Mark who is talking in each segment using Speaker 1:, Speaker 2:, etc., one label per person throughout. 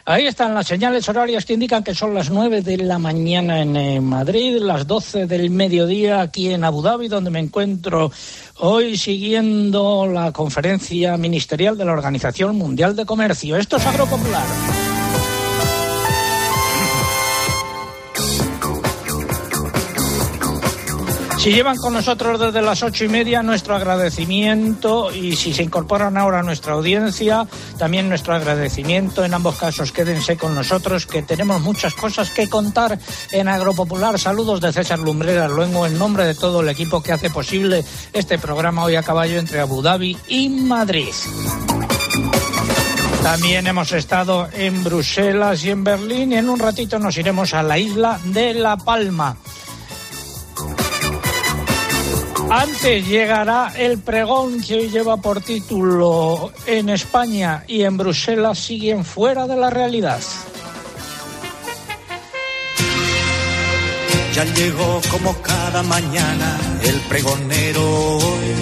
Speaker 1: Ahí están las señales horarias que indican que son las 9 de la mañana en Madrid, las 12 del mediodía aquí en Abu Dhabi, donde me encuentro hoy siguiendo la conferencia ministerial de la Organización Mundial de Comercio. Esto es Agropopular. Si llevan con nosotros desde las 8:30, nuestro agradecimiento, y si se incorporan ahora a nuestra audiencia, también nuestro agradecimiento. En ambos casos, quédense con nosotros, que tenemos muchas cosas que contar en Agropopular. Saludos de César Lumbreras Luengo, en nombre de todo el equipo que hace posible este programa hoy a caballo entre Abu Dhabi y Madrid. También hemos estado en Bruselas y en Berlín, y en un ratito nos iremos a la isla de La Palma. Antes llegará el pregón que hoy lleva por título "En España y en Bruselas siguen fuera de la realidad".
Speaker 2: Ya llegó como cada mañana el pregonero,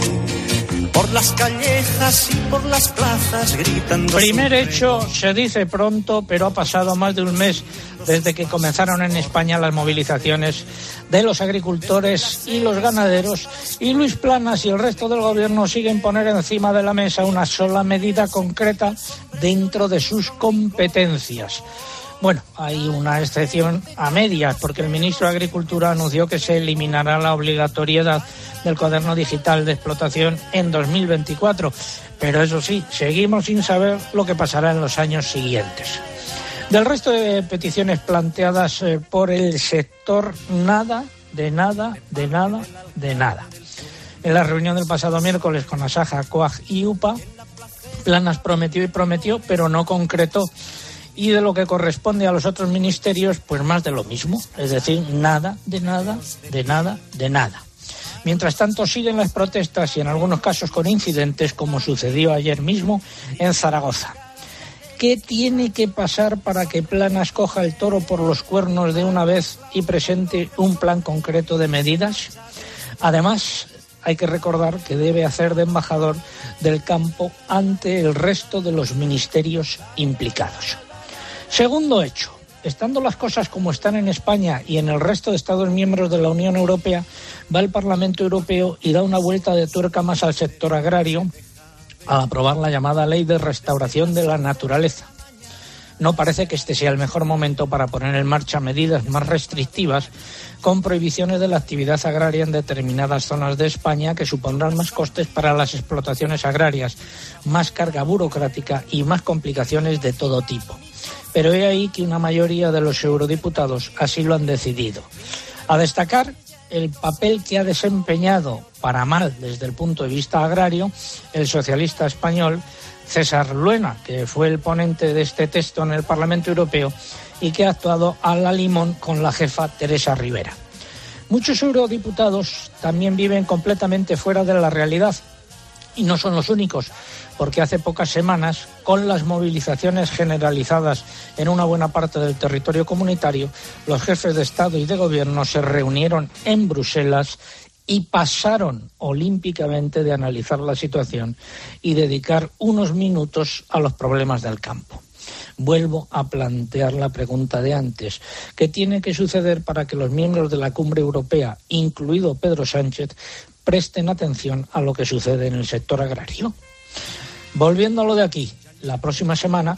Speaker 2: por las callejas y por las plazas gritando.
Speaker 1: Primer hecho, se dice pronto, pero ha pasado más de un mes desde que comenzaron en España las movilizaciones de los agricultores y los ganaderos, y Luis Planas y el resto del gobierno siguen poner encima de la mesa una sola medida concreta dentro de sus competencias. Bueno, hay una excepción a medias, porque el ministro de Agricultura anunció que se eliminará la obligatoriedad del cuaderno digital de explotación en 2024. Pero eso sí, seguimos sin saber lo que pasará en los años siguientes. Del resto de peticiones planteadas por el sector, nada, de nada, de nada, de nada. En la reunión del pasado miércoles con Asaja, COAG y UPA, Planas prometió, pero no concretó. Y de lo que corresponde a los otros ministerios, pues más de lo mismo. Es decir, nada, de nada, de nada, de nada. Mientras tanto, siguen las protestas y en algunos casos con incidentes, como sucedió ayer mismo en Zaragoza. ¿Qué tiene que pasar para que Planas coja el toro por los cuernos de una vez y presente un plan concreto de medidas? Además, hay que recordar que debe hacer de embajador del campo ante el resto de los ministerios implicados. Segundo hecho, estando las cosas como están en España y en el resto de Estados miembros de la Unión Europea, va el Parlamento Europeo y da una vuelta de tuerca más al sector agrario al aprobar la llamada Ley de Restauración de la Naturaleza. No parece que este sea el mejor momento para poner en marcha medidas más restrictivas, con prohibiciones de la actividad agraria en determinadas zonas de España, que supondrán más costes para las explotaciones agrarias, más carga burocrática y más complicaciones de todo tipo. Pero he ahí que una mayoría de los eurodiputados así lo han decidido. A destacar el papel que ha desempeñado, para mal desde el punto de vista agrario, el socialista español César Luena, que fue el ponente de este texto en el Parlamento Europeo y que ha actuado a la limón con la jefa Teresa Rivera. Muchos eurodiputados también viven completamente fuera de la realidad, y no son los únicos, porque hace pocas semanas, con las movilizaciones generalizadas en una buena parte del territorio comunitario, los jefes de Estado y de Gobierno se reunieron en Bruselas y pasaron olímpicamente de analizar la situación y dedicar unos minutos a los problemas del campo. Vuelvo a plantear la pregunta de antes. ¿Qué tiene que suceder para que los miembros de la Cumbre Europea, incluido Pedro Sánchez, presten atención a lo que sucede en el sector agrario? Volviendo a lo de aquí, la próxima semana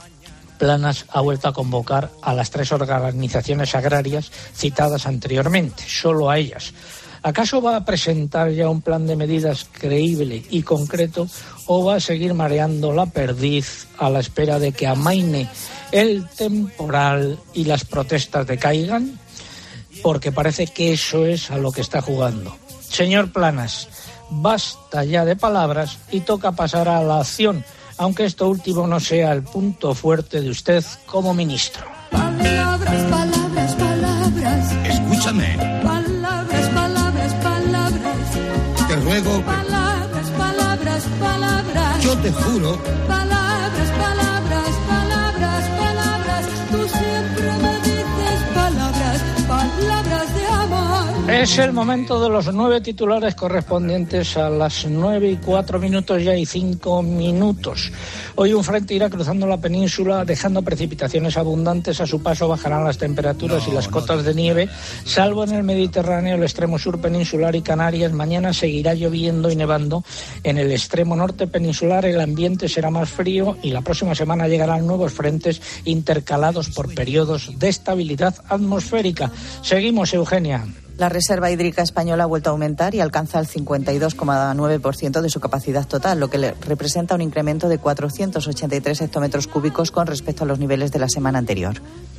Speaker 1: Planas ha vuelto a convocar a las 3 organizaciones agrarias citadas anteriormente, solo a ellas. ¿Acaso va a presentar ya un plan de medidas creíble y concreto, o va a seguir mareando la perdiz a la espera de que amaine el temporal y las protestas decaigan? Porque parece que eso es a lo que está jugando. Señor Planas, basta ya de palabras y toca pasar a la acción, aunque esto último no sea el punto fuerte de usted como ministro.
Speaker 3: Palabras, palabras, palabras.
Speaker 4: Escúchame.
Speaker 3: Palabras, palabras, palabras.
Speaker 4: Te ruego.
Speaker 3: Palabras, palabras, palabras.
Speaker 4: Yo te juro.
Speaker 3: Palabras, palabras, palabras, palabras. Tú siempre me dices palabras, palabras de amor.
Speaker 1: Es el momento de los 9 titulares correspondientes a las 9:04 ya y 5 minutos. Hoy un frente irá cruzando la península dejando precipitaciones abundantes. A su paso bajarán las temperaturas y las cotas de nieve, salvo en el Mediterráneo, el extremo sur peninsular y Canarias. Mañana seguirá lloviendo y nevando en el extremo norte peninsular. El ambiente será más frío y la próxima semana llegarán nuevos frentes intercalados por periodos de estabilidad atmosférica. Seguimos, Eugenia.
Speaker 5: La reserva hídrica española ha vuelto a aumentar y alcanza el 52,9% de su capacidad total, lo que le representa un incremento de 483 hectómetros cúbicos con respecto a los niveles de la semana anterior.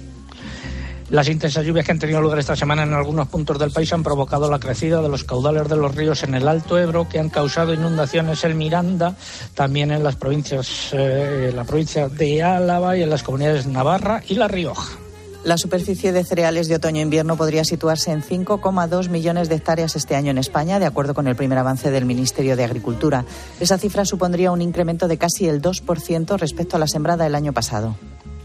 Speaker 1: Las intensas lluvias que han tenido lugar esta semana en algunos puntos del país han provocado la crecida de los caudales de los ríos en el Alto Ebro, que han causado inundaciones en Miranda, también en las provincias, la provincia de Álava y en las comunidades Navarra y La Rioja.
Speaker 5: La superficie de cereales de otoño-invierno podría situarse en 5,2 millones de hectáreas este año en España, de acuerdo con el primer avance del Ministerio de Agricultura. Esa cifra supondría un incremento de casi el 2% respecto a la sembrada el año pasado.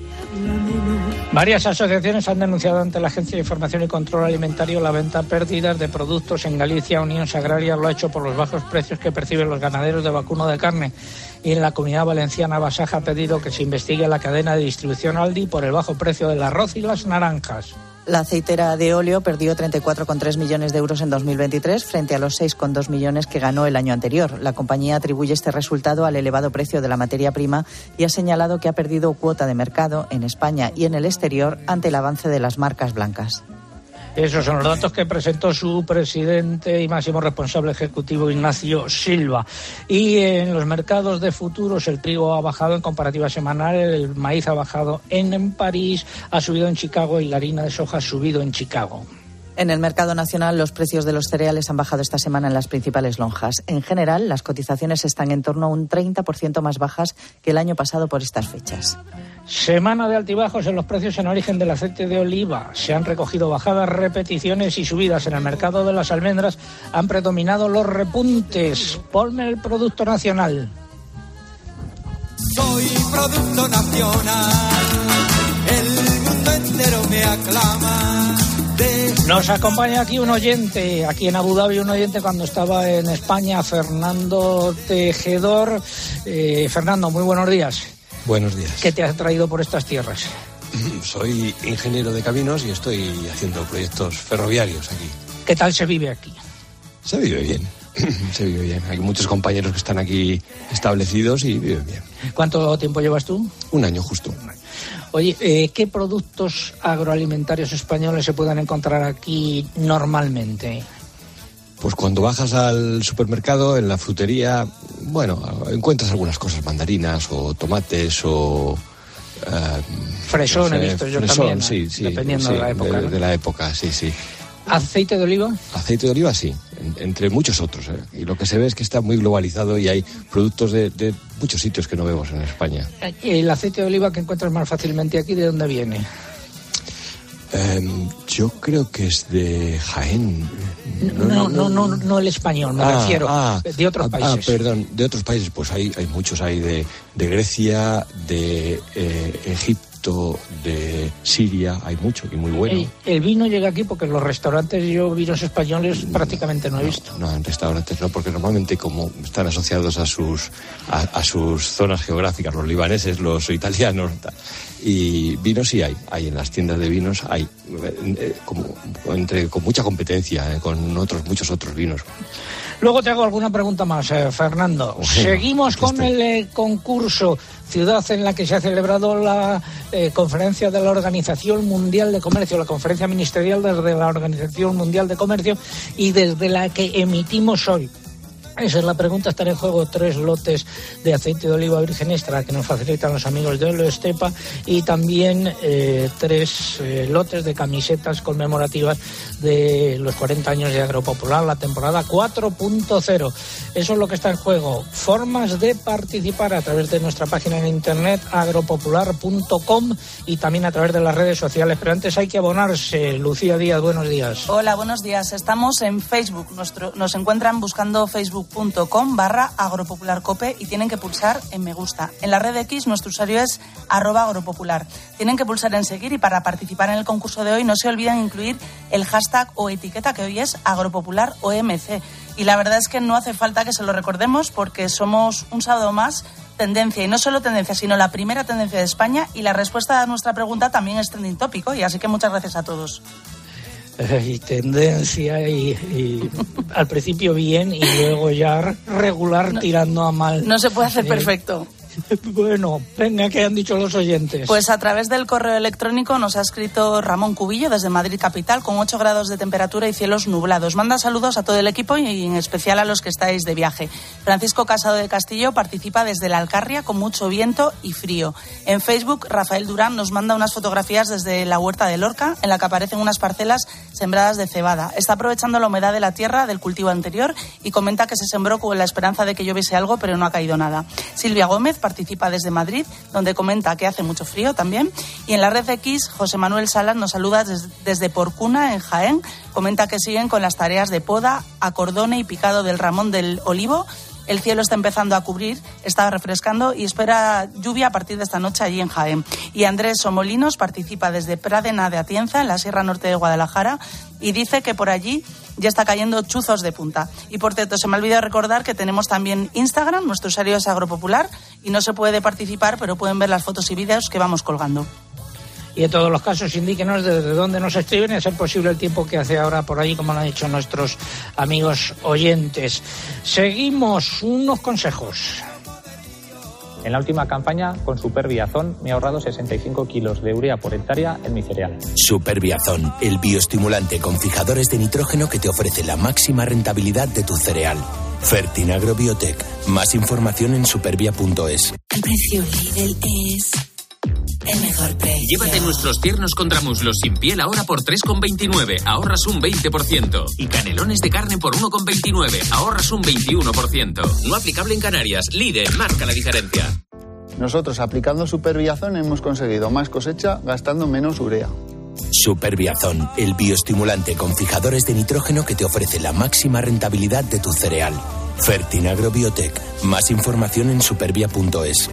Speaker 1: Varias asociaciones han denunciado ante la Agencia de Información y Control Alimentario la venta a pérdidas de productos en Galicia. Unión Agraria lo ha hecho por los bajos precios que perciben los ganaderos de vacuno de carne. Y en la Comunidad Valenciana, Basaja ha pedido que se investigue la cadena de distribución Aldi por el bajo precio del arroz y las naranjas.
Speaker 5: La aceitera de óleo perdió 34,3 millones de euros en 2023 frente a los 6,2 millones que ganó el año anterior. La compañía atribuye este resultado al elevado precio de la materia prima y ha señalado que ha perdido cuota de mercado en España y en el exterior ante el avance de las marcas blancas.
Speaker 1: Esos son los datos que presentó su presidente y máximo responsable ejecutivo, Ignacio Silva. Y en los mercados de futuros el trigo ha bajado en comparativa semanal, el maíz ha bajado en París, ha subido en Chicago y la harina de soja ha subido en Chicago.
Speaker 5: En el mercado nacional, los precios de los cereales han bajado esta semana en las principales lonjas. En general, las cotizaciones están en torno a un 30% más bajas que el año pasado por estas fechas.
Speaker 1: Semana de altibajos en los precios en origen del aceite de oliva. Se han recogido bajadas, repeticiones y subidas. En el mercado de las almendras han predominado los repuntes. Ponme el producto nacional.
Speaker 2: Soy producto nacional, el mundo entero me aclama.
Speaker 1: Nos acompaña aquí un oyente, aquí en Abu Dhabi, un oyente cuando estaba en España, Fernando Tejedor. Fernando, muy buenos días.
Speaker 6: Buenos días.
Speaker 1: ¿Qué te has traído por estas tierras?
Speaker 6: Soy ingeniero de caminos y estoy haciendo proyectos ferroviarios aquí.
Speaker 1: ¿Qué tal se vive aquí?
Speaker 6: Se vive bien, se vive bien. Hay muchos compañeros que están aquí establecidos y viven bien.
Speaker 1: ¿Cuánto tiempo llevas tú?
Speaker 6: Un año justo.
Speaker 1: Oye, ¿qué productos agroalimentarios españoles se pueden encontrar aquí normalmente?
Speaker 6: Pues cuando bajas al supermercado, en la frutería, bueno, encuentras algunas cosas, mandarinas o tomates o...
Speaker 1: fresón,
Speaker 6: no sé,
Speaker 1: he visto yo
Speaker 6: fresón,
Speaker 1: también,
Speaker 6: sí,
Speaker 1: dependiendo de la época.
Speaker 6: De la época, sí.
Speaker 1: ¿Aceite de oliva?
Speaker 6: Aceite de oliva, sí, entre muchos otros. Y lo que se ve es que está muy globalizado y hay productos de muchos sitios que no vemos en España.
Speaker 1: ¿El aceite de oliva que encuentras más fácilmente aquí, de dónde viene?
Speaker 6: Yo creo que es de Jaén.
Speaker 1: No el español, me refiero. De otros países.
Speaker 6: Perdón, de otros países, pues hay muchos, hay de Grecia, de Egipto, de Siria, hay mucho y muy bueno.
Speaker 1: El vino llega aquí porque en los restaurantes yo vinos españoles prácticamente no he visto.
Speaker 6: No, en restaurantes no, porque normalmente como están asociados a sus zonas geográficas, los libaneses, los italianos, y vinos sí hay en las tiendas de vinos, hay con mucha competencia con muchos otros vinos.
Speaker 1: Luego te hago alguna pregunta más, Fernando. Bueno, seguimos con el concurso, ciudad en la que se ha celebrado la conferencia de la Organización Mundial de Comercio, la conferencia ministerial desde la Organización Mundial de Comercio y desde la que emitimos hoy. Esa es la pregunta. Están en juego 3 lotes de aceite de oliva virgen extra que nos facilitan los amigos de Olo Estepa y también 3 lotes de camisetas conmemorativas de los 40 años de Agropopular, la temporada 4.0. Eso es lo que está en juego. Formas de participar a través de nuestra página en internet agropopular.com y también a través de las redes sociales. Pero antes hay que abonarse. Lucía Díaz, buenos días.
Speaker 7: Hola, buenos días. Estamos en Facebook. Nos encuentran buscando Facebook facebook.com/agropopularcope y tienen que pulsar en me gusta. En la red X nuestro usuario es @agropopular. Tienen que pulsar en seguir y para participar en el concurso de hoy no se olviden incluir el hashtag o etiqueta que hoy es agropopularOMC. Y la verdad es que no hace falta que se lo recordemos porque somos un sábado más tendencia, y no solo tendencia, sino la primera tendencia de España, y la respuesta a nuestra pregunta también es trending tópico, y así que muchas gracias a todos.
Speaker 1: Y tendencia y al principio bien y luego ya regular tirando a mal.
Speaker 7: No se puede hacer perfecto.
Speaker 1: Bueno, venga, ¿qué han dicho los oyentes?
Speaker 7: Pues a través del correo electrónico nos ha escrito Ramón Cubillo desde Madrid capital con 8 grados de temperatura y cielos nublados. Manda saludos a todo el equipo y en especial a los que estáis de viaje. Francisco Casado de Castillo participa desde la Alcarria con mucho viento y frío. En Facebook, Rafael Durán nos manda unas fotografías desde la huerta de Lorca en la que aparecen unas parcelas sembradas de cebada. Está aprovechando la humedad de la tierra del cultivo anterior y comenta que se sembró con la esperanza de que lloviese algo, pero no ha caído nada. Silvia Gómez participa desde Madrid, donde comenta que hace mucho frío también. Y en la red X, José Manuel Salas nos saluda desde Porcuna, en Jaén. Comenta que siguen con las tareas de poda, acordone y picado del ramón del olivo. El cielo está empezando a cubrir, está refrescando y espera lluvia a partir de esta noche allí en Jaén. Y Andrés Somolinos participa desde Pradena de Atienza, en la Sierra Norte de Guadalajara, y dice que por allí ya está cayendo chuzos de punta. Y por cierto, se me ha olvidado recordar que tenemos también Instagram, nuestro usuario es Agropopular, y no se puede participar, pero pueden ver las fotos y vídeos que vamos colgando.
Speaker 1: Y en todos los casos, indíquenos desde dónde nos escriben y a ser posible el tiempo que hace ahora por allí, como lo han dicho nuestros amigos oyentes. Seguimos, unos consejos.
Speaker 8: En la última campaña, con Superbiazón, me he ahorrado 65 kilos de urea por hectárea en mi cereal.
Speaker 9: Superbiazón, el bioestimulante con fijadores de nitrógeno que te ofrece la máxima rentabilidad de tu cereal. Fertinagro Biotech. Más información en superbia.es.
Speaker 10: El precio Lidl es el mejor precio.
Speaker 11: Llévate nuestros tiernos contramuslos sin piel ahora por 3,29, ahorras un 20%. Y canelones de carne por 1,29, ahorras un 21%. No aplicable en Canarias. Lidl, marca la diferencia.
Speaker 12: Nosotros, aplicando Superbiazón, hemos conseguido más cosecha gastando menos urea.
Speaker 9: Superbiazón, el bioestimulante con fijadores de nitrógeno que te ofrece la máxima rentabilidad de tu cereal. Fertinagro Biotech. Más información en superbia.es.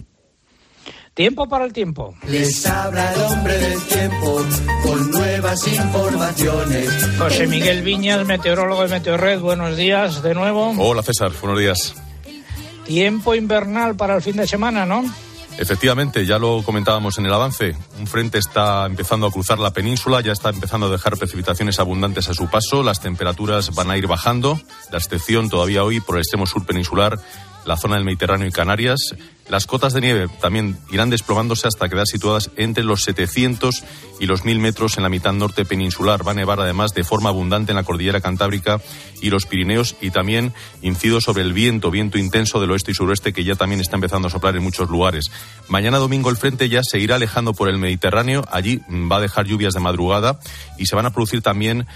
Speaker 1: Tiempo para el tiempo.
Speaker 2: Les habla el hombre del tiempo con nuevas informaciones.
Speaker 1: José Miguel Viñas, meteorólogo de Meteorred, buenos días de nuevo.
Speaker 13: Hola César, buenos días.
Speaker 1: Tiempo invernal para el fin de semana, ¿no?
Speaker 13: Efectivamente, ya lo comentábamos en el avance. Un frente está empezando a cruzar la península, ya está empezando a dejar precipitaciones abundantes a su paso. Las temperaturas van a ir bajando, la excepción todavía hoy por el extremo sur peninsular, la zona del Mediterráneo y Canarias. Las cotas de nieve también irán desplomándose hasta quedar situadas entre los 700 y los 1000 metros en la mitad norte peninsular. Va a nevar además de forma abundante en la cordillera Cantábrica y los Pirineos, y también incido sobre el viento intenso del oeste y suroeste que ya también está empezando a soplar en muchos lugares. Mañana domingo el frente ya se irá alejando por el Mediterráneo, allí va a dejar lluvias de madrugada y se van a producir también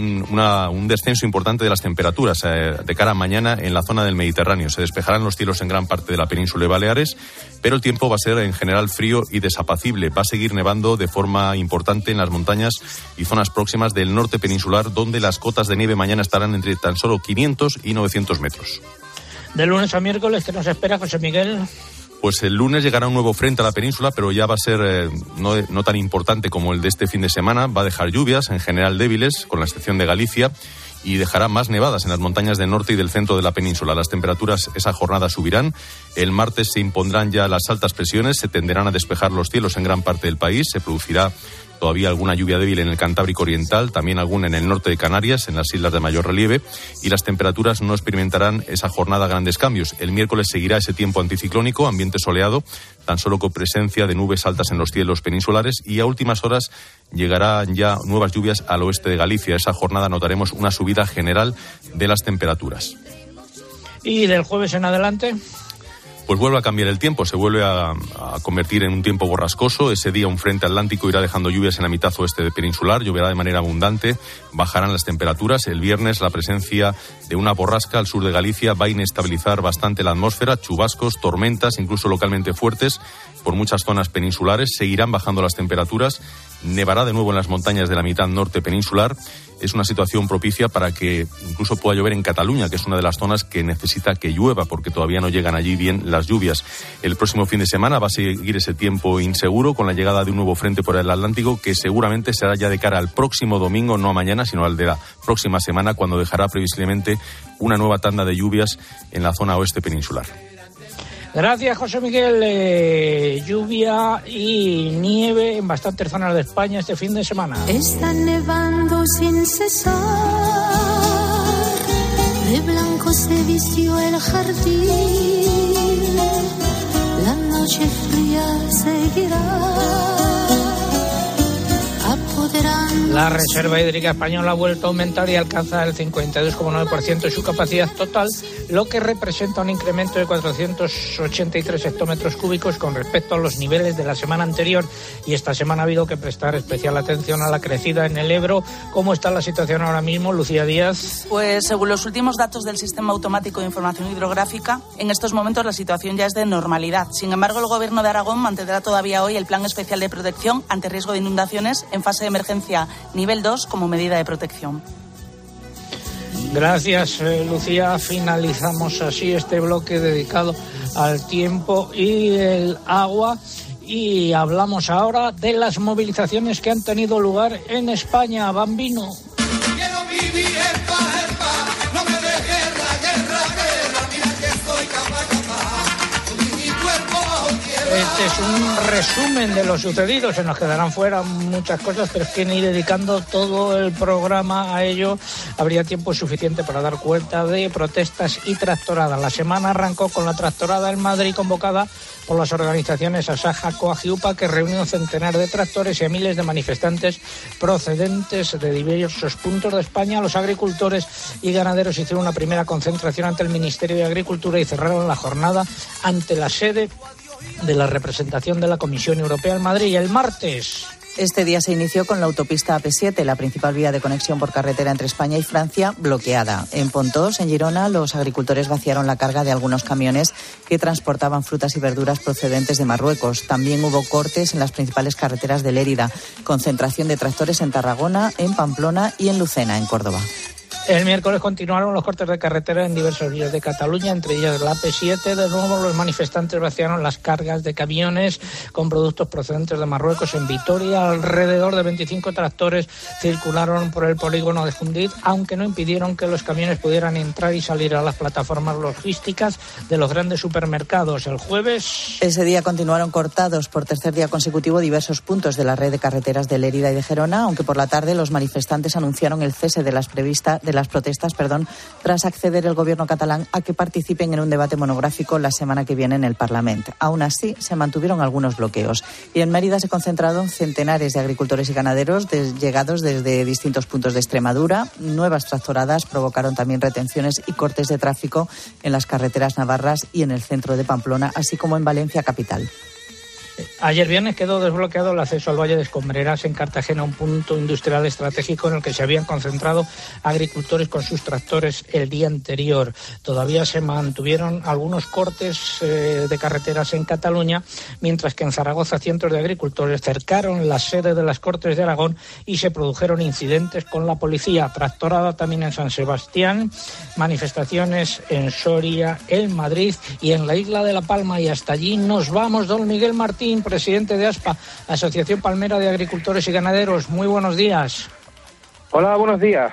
Speaker 13: un descenso importante de las temperaturas de cara a mañana en la zona del Mediterráneo. Se despejarán los cielos en gran parte de la península de Baleares, pero el tiempo va a ser en general frío y desapacible. Va a seguir nevando de forma importante en las montañas y zonas próximas del norte peninsular, donde las cotas de nieve mañana estarán entre tan solo 500 y 900 metros.
Speaker 1: De lunes a miércoles, ¿qué nos espera, José Miguel?
Speaker 13: Pues el lunes llegará un nuevo frente a la península, pero ya va a ser no tan importante como el de este fin de semana. Va a dejar lluvias, en general débiles, con la excepción de Galicia, y dejará más nevadas en las montañas del norte y del centro de la península. Las temperaturas esa jornada subirán. El martes se impondrán ya las altas presiones, se tenderán a despejar los cielos en gran parte del país, se producirá todavía alguna lluvia débil en el Cantábrico Oriental, también alguna en el norte de Canarias, en las islas de mayor relieve, y las temperaturas no experimentarán esa jornada grandes cambios. El miércoles seguirá ese tiempo anticiclónico, ambiente soleado, tan solo con presencia de nubes altas en los cielos peninsulares, y a últimas horas llegarán ya nuevas lluvias al oeste de Galicia. Esa jornada notaremos una subida general de las temperaturas.
Speaker 1: ¿Y del jueves en adelante?
Speaker 13: Pues vuelve a cambiar el tiempo, se vuelve a convertir en un tiempo borrascoso. Ese día un frente atlántico irá dejando lluvias en la mitad oeste de peninsular, lloverá de manera abundante, bajarán las temperaturas. El viernes la presencia de una borrasca al sur de Galicia va a inestabilizar bastante la atmósfera, chubascos, tormentas, incluso localmente fuertes por muchas zonas peninsulares. Seguirán bajando las temperaturas nevará de nuevo en las montañas de la mitad norte peninsular. Es una situación propicia para que incluso pueda llover en Cataluña, que es una de las zonas que necesita que llueva, porque todavía no llegan allí bien las lluvias. El próximo fin de semana va a seguir ese tiempo inseguro, con la llegada de un nuevo frente por el Atlántico, que seguramente será ya de cara al próximo domingo, no a mañana, sino al de la próxima semana, cuando dejará previsiblemente una nueva tanda de lluvias en la zona oeste peninsular.
Speaker 1: Gracias, José Miguel. Lluvia y nieve en bastantes zonas de España este fin de semana.
Speaker 3: Está nevando sin cesar, de blanco se vistió el jardín, la noche fría seguirá.
Speaker 1: La reserva hídrica española ha vuelto a aumentar y alcanza el 52,9% de su capacidad total, lo que representa un incremento de 483 hectómetros cúbicos con respecto a los niveles de la semana anterior. Y esta semana ha habido que prestar especial atención a la crecida en el Ebro. ¿Cómo está la situación ahora mismo, Lucía Díaz?
Speaker 7: Pues según los últimos datos del Sistema Automático de Información Hidrográfica, en estos momentos la situación ya es de normalidad. Sin embargo, el Gobierno de Aragón mantendrá todavía hoy el Plan Especial de Protección ante riesgo de inundaciones en fase de emergencia nivel 2 como medida de protección.
Speaker 1: Gracias, Lucía. Finalizamos así este bloque dedicado al tiempo y el agua y hablamos ahora de las movilizaciones que han tenido lugar en España. Bambino.
Speaker 14: Quiero vivir no me dejes guerra, mira que estoy capa, con mi cuerpo bajo tierra.
Speaker 1: Este es un resumen de lo sucedido, se nos quedarán fuera muchas cosas, pero es que ni dedicando todo el programa a ello habría tiempo suficiente para dar cuenta de protestas y tractoradas. La semana arrancó con la tractorada en Madrid convocada por las organizaciones Asaja, COAG y UPA, que reunió un centenar de tractores y a miles de manifestantes procedentes de diversos puntos de España. Los agricultores y ganaderos hicieron una primera concentración ante el Ministerio de Agricultura y cerraron la jornada ante la sede de la representación de la Comisión Europea en Madrid. El martes.
Speaker 5: Este día se inició con la autopista AP7, la principal vía de conexión por carretera entre España y Francia, bloqueada. En Pontós, en Girona, los agricultores vaciaron la carga de algunos camiones que transportaban frutas y verduras procedentes de Marruecos. También hubo cortes en las principales carreteras de Lérida, concentración de tractores en Tarragona, en Pamplona y en Lucena, en Córdoba.
Speaker 1: El miércoles continuaron los cortes de carretera en diversas vías de Cataluña, entre ellas la AP7. De nuevo, los manifestantes vaciaron las cargas de camiones con productos procedentes de Marruecos en Vitoria. Alrededor de 25 tractores circularon por el polígono de Jundit, aunque no impidieron que los camiones pudieran entrar y salir a las plataformas logísticas de los grandes supermercados. El jueves.
Speaker 5: Ese día continuaron cortados por tercer día consecutivo diversos puntos de la red de carreteras de Lérida y de Gerona, aunque por la tarde los manifestantes anunciaron el cese de las protestas, tras acceder el gobierno catalán a que participen en un debate monográfico la semana que viene en el Parlamento. Aún así, se mantuvieron algunos bloqueos. Y en Mérida se concentraron centenares de agricultores y ganaderos llegados desde distintos puntos de Extremadura. Nuevas tractoradas provocaron también retenciones y cortes de tráfico en las carreteras navarras y en el centro de Pamplona, así como en Valencia capital.
Speaker 1: Ayer viernes quedó desbloqueado el acceso al Valle de Escombreras en Cartagena, un punto industrial estratégico en el que se habían concentrado agricultores con sus tractores el día anterior. Todavía se mantuvieron algunos cortes de carreteras en Cataluña, mientras que en Zaragoza cientos de agricultores cercaron la sede de las Cortes de Aragón y se produjeron incidentes con la policía. Tractorada también en San Sebastián, manifestaciones en Soria, en Madrid y en la isla de La Palma. Y hasta allí nos vamos. Don Miguel Martín, presidente de ASPA, Asociación Palmera de Agricultores y Ganaderos. Muy buenos días.
Speaker 15: Hola, buenos días.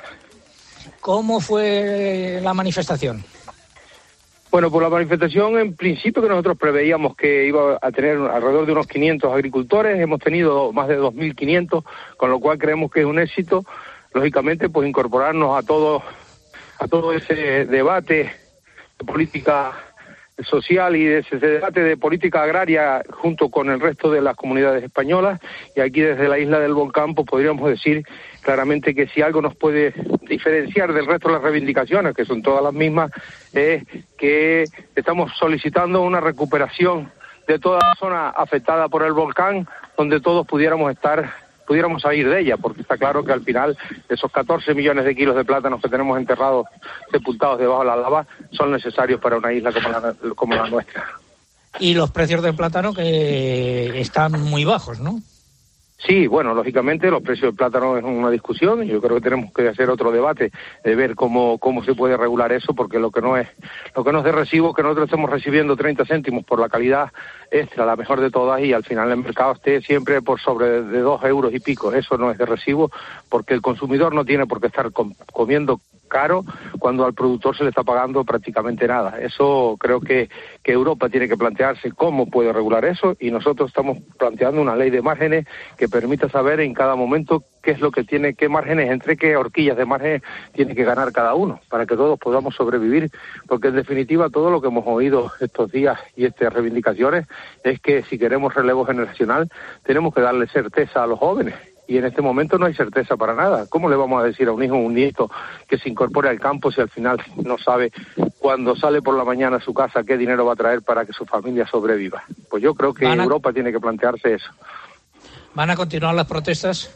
Speaker 1: ¿Cómo fue la manifestación?
Speaker 15: Bueno, pues la manifestación en principio que nosotros preveíamos que iba a tener alrededor de unos 500 agricultores, hemos tenido más de 2.500, con lo cual creemos que es un éxito. Lógicamente, pues incorporarnos a todo ese debate de política social y de ese debate de política agraria junto con el resto de las comunidades españolas. Y aquí desde la isla del Volcán pues podríamos decir claramente que si algo nos puede diferenciar del resto de las reivindicaciones, que son todas las mismas, es que estamos solicitando una recuperación de toda la zona afectada por el volcán, donde todos pudiéramos salir de ella, porque está claro que al final esos 14 millones de kilos de plátanos que tenemos enterrados, sepultados debajo de la lava, son necesarios para una isla como la nuestra.
Speaker 1: Y los precios del plátano que están muy bajos, ¿no?
Speaker 15: Sí, bueno, lógicamente los precios del plátano es una discusión. Yo creo que tenemos que hacer otro debate de ver cómo se puede regular eso, porque lo que no es de recibo, que nosotros estemos recibiendo 30 céntimos por la calidad extra, la mejor de todas, y al final el mercado esté siempre por sobre de 2 euros y pico. Eso no es de recibo, porque el consumidor no tiene por qué estar comiendo caro cuando al productor se le está pagando prácticamente nada. Eso creo que Europa tiene que plantearse cómo puede regular eso, y nosotros estamos planteando una ley de márgenes que permita saber en cada momento qué es lo que tiene, qué márgenes, entre qué horquillas de margen tiene que ganar cada uno, para que todos podamos sobrevivir, porque en definitiva todo lo que hemos oído estos días y estas reivindicaciones es que si queremos relevo generacional tenemos que darle certeza a los jóvenes. Y en este momento no hay certeza para nada. ¿Cómo le vamos a decir a un hijo o un nieto que se incorpore al campo si al final no sabe cuando sale por la mañana a su casa qué dinero va a traer para que su familia sobreviva? Pues yo creo que Europa tiene que plantearse eso.
Speaker 1: ¿Van a continuar las protestas?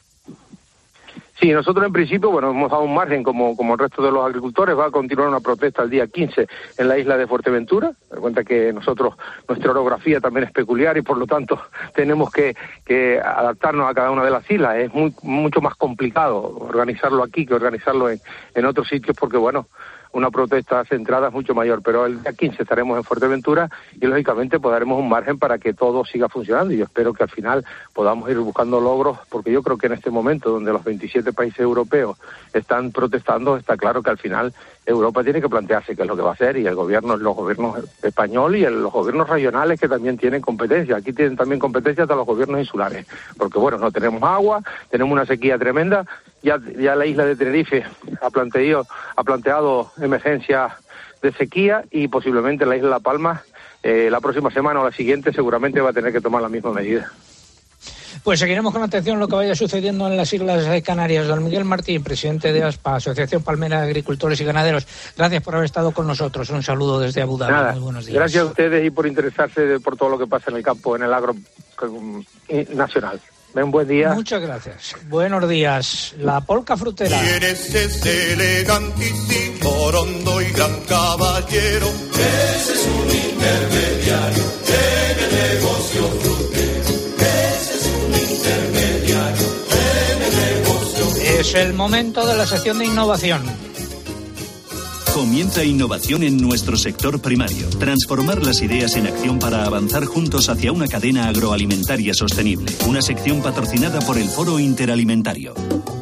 Speaker 15: Sí, nosotros en principio, bueno, hemos dado un margen como el resto de los agricultores. Va a continuar una protesta el día 15 en la isla de Fuerteventura. Me cuenta que nuestra orografía también es peculiar y por lo tanto tenemos que adaptarnos a cada una de las islas. Es mucho más complicado organizarlo aquí que organizarlo en otros sitios, porque bueno, una protesta centrada es mucho mayor, pero el día 15 estaremos en Fuerteventura y lógicamente pues daremos un margen para que todo siga funcionando, y yo espero que al final podamos ir buscando logros, porque yo creo que en este momento donde los 27 países europeos están protestando, está claro que al final Europa tiene que plantearse qué es lo que va a hacer, y los gobiernos español y los gobiernos regionales, que también tienen competencia. Aquí tienen también competencia hasta los gobiernos insulares, porque bueno, no tenemos agua, tenemos una sequía tremenda. Ya la isla de Tenerife ha planteado emergencia de sequía, y posiblemente la isla de La Palma la próxima semana o la siguiente seguramente va a tener que tomar la misma medida.
Speaker 1: Pues seguiremos con atención lo que vaya sucediendo en las Islas Canarias. Don Miguel Martín, presidente de ASPA, Asociación Palmera de Agricultores y Ganaderos, gracias por haber estado con nosotros. Un saludo desde Abu Dhabi.
Speaker 15: Nada,
Speaker 1: muy buenos días.
Speaker 15: Gracias a ustedes y por interesarse por todo lo que pasa en el campo, en el agro nacional. Un buen día.
Speaker 1: Muchas gracias. Buenos días. La polca frutera.
Speaker 14: ¿Quién es ese elegantísimo, hondo y gran caballero? Ese es un intermediario en el negocio frutero. Ese es un intermediario en el negocio.
Speaker 1: Es el momento de la sección de innovación.
Speaker 16: Comienza innovación en nuestro sector primario. Transformar las ideas en acción para avanzar juntos hacia una cadena agroalimentaria sostenible. Una sección patrocinada por el Foro Interalimentario.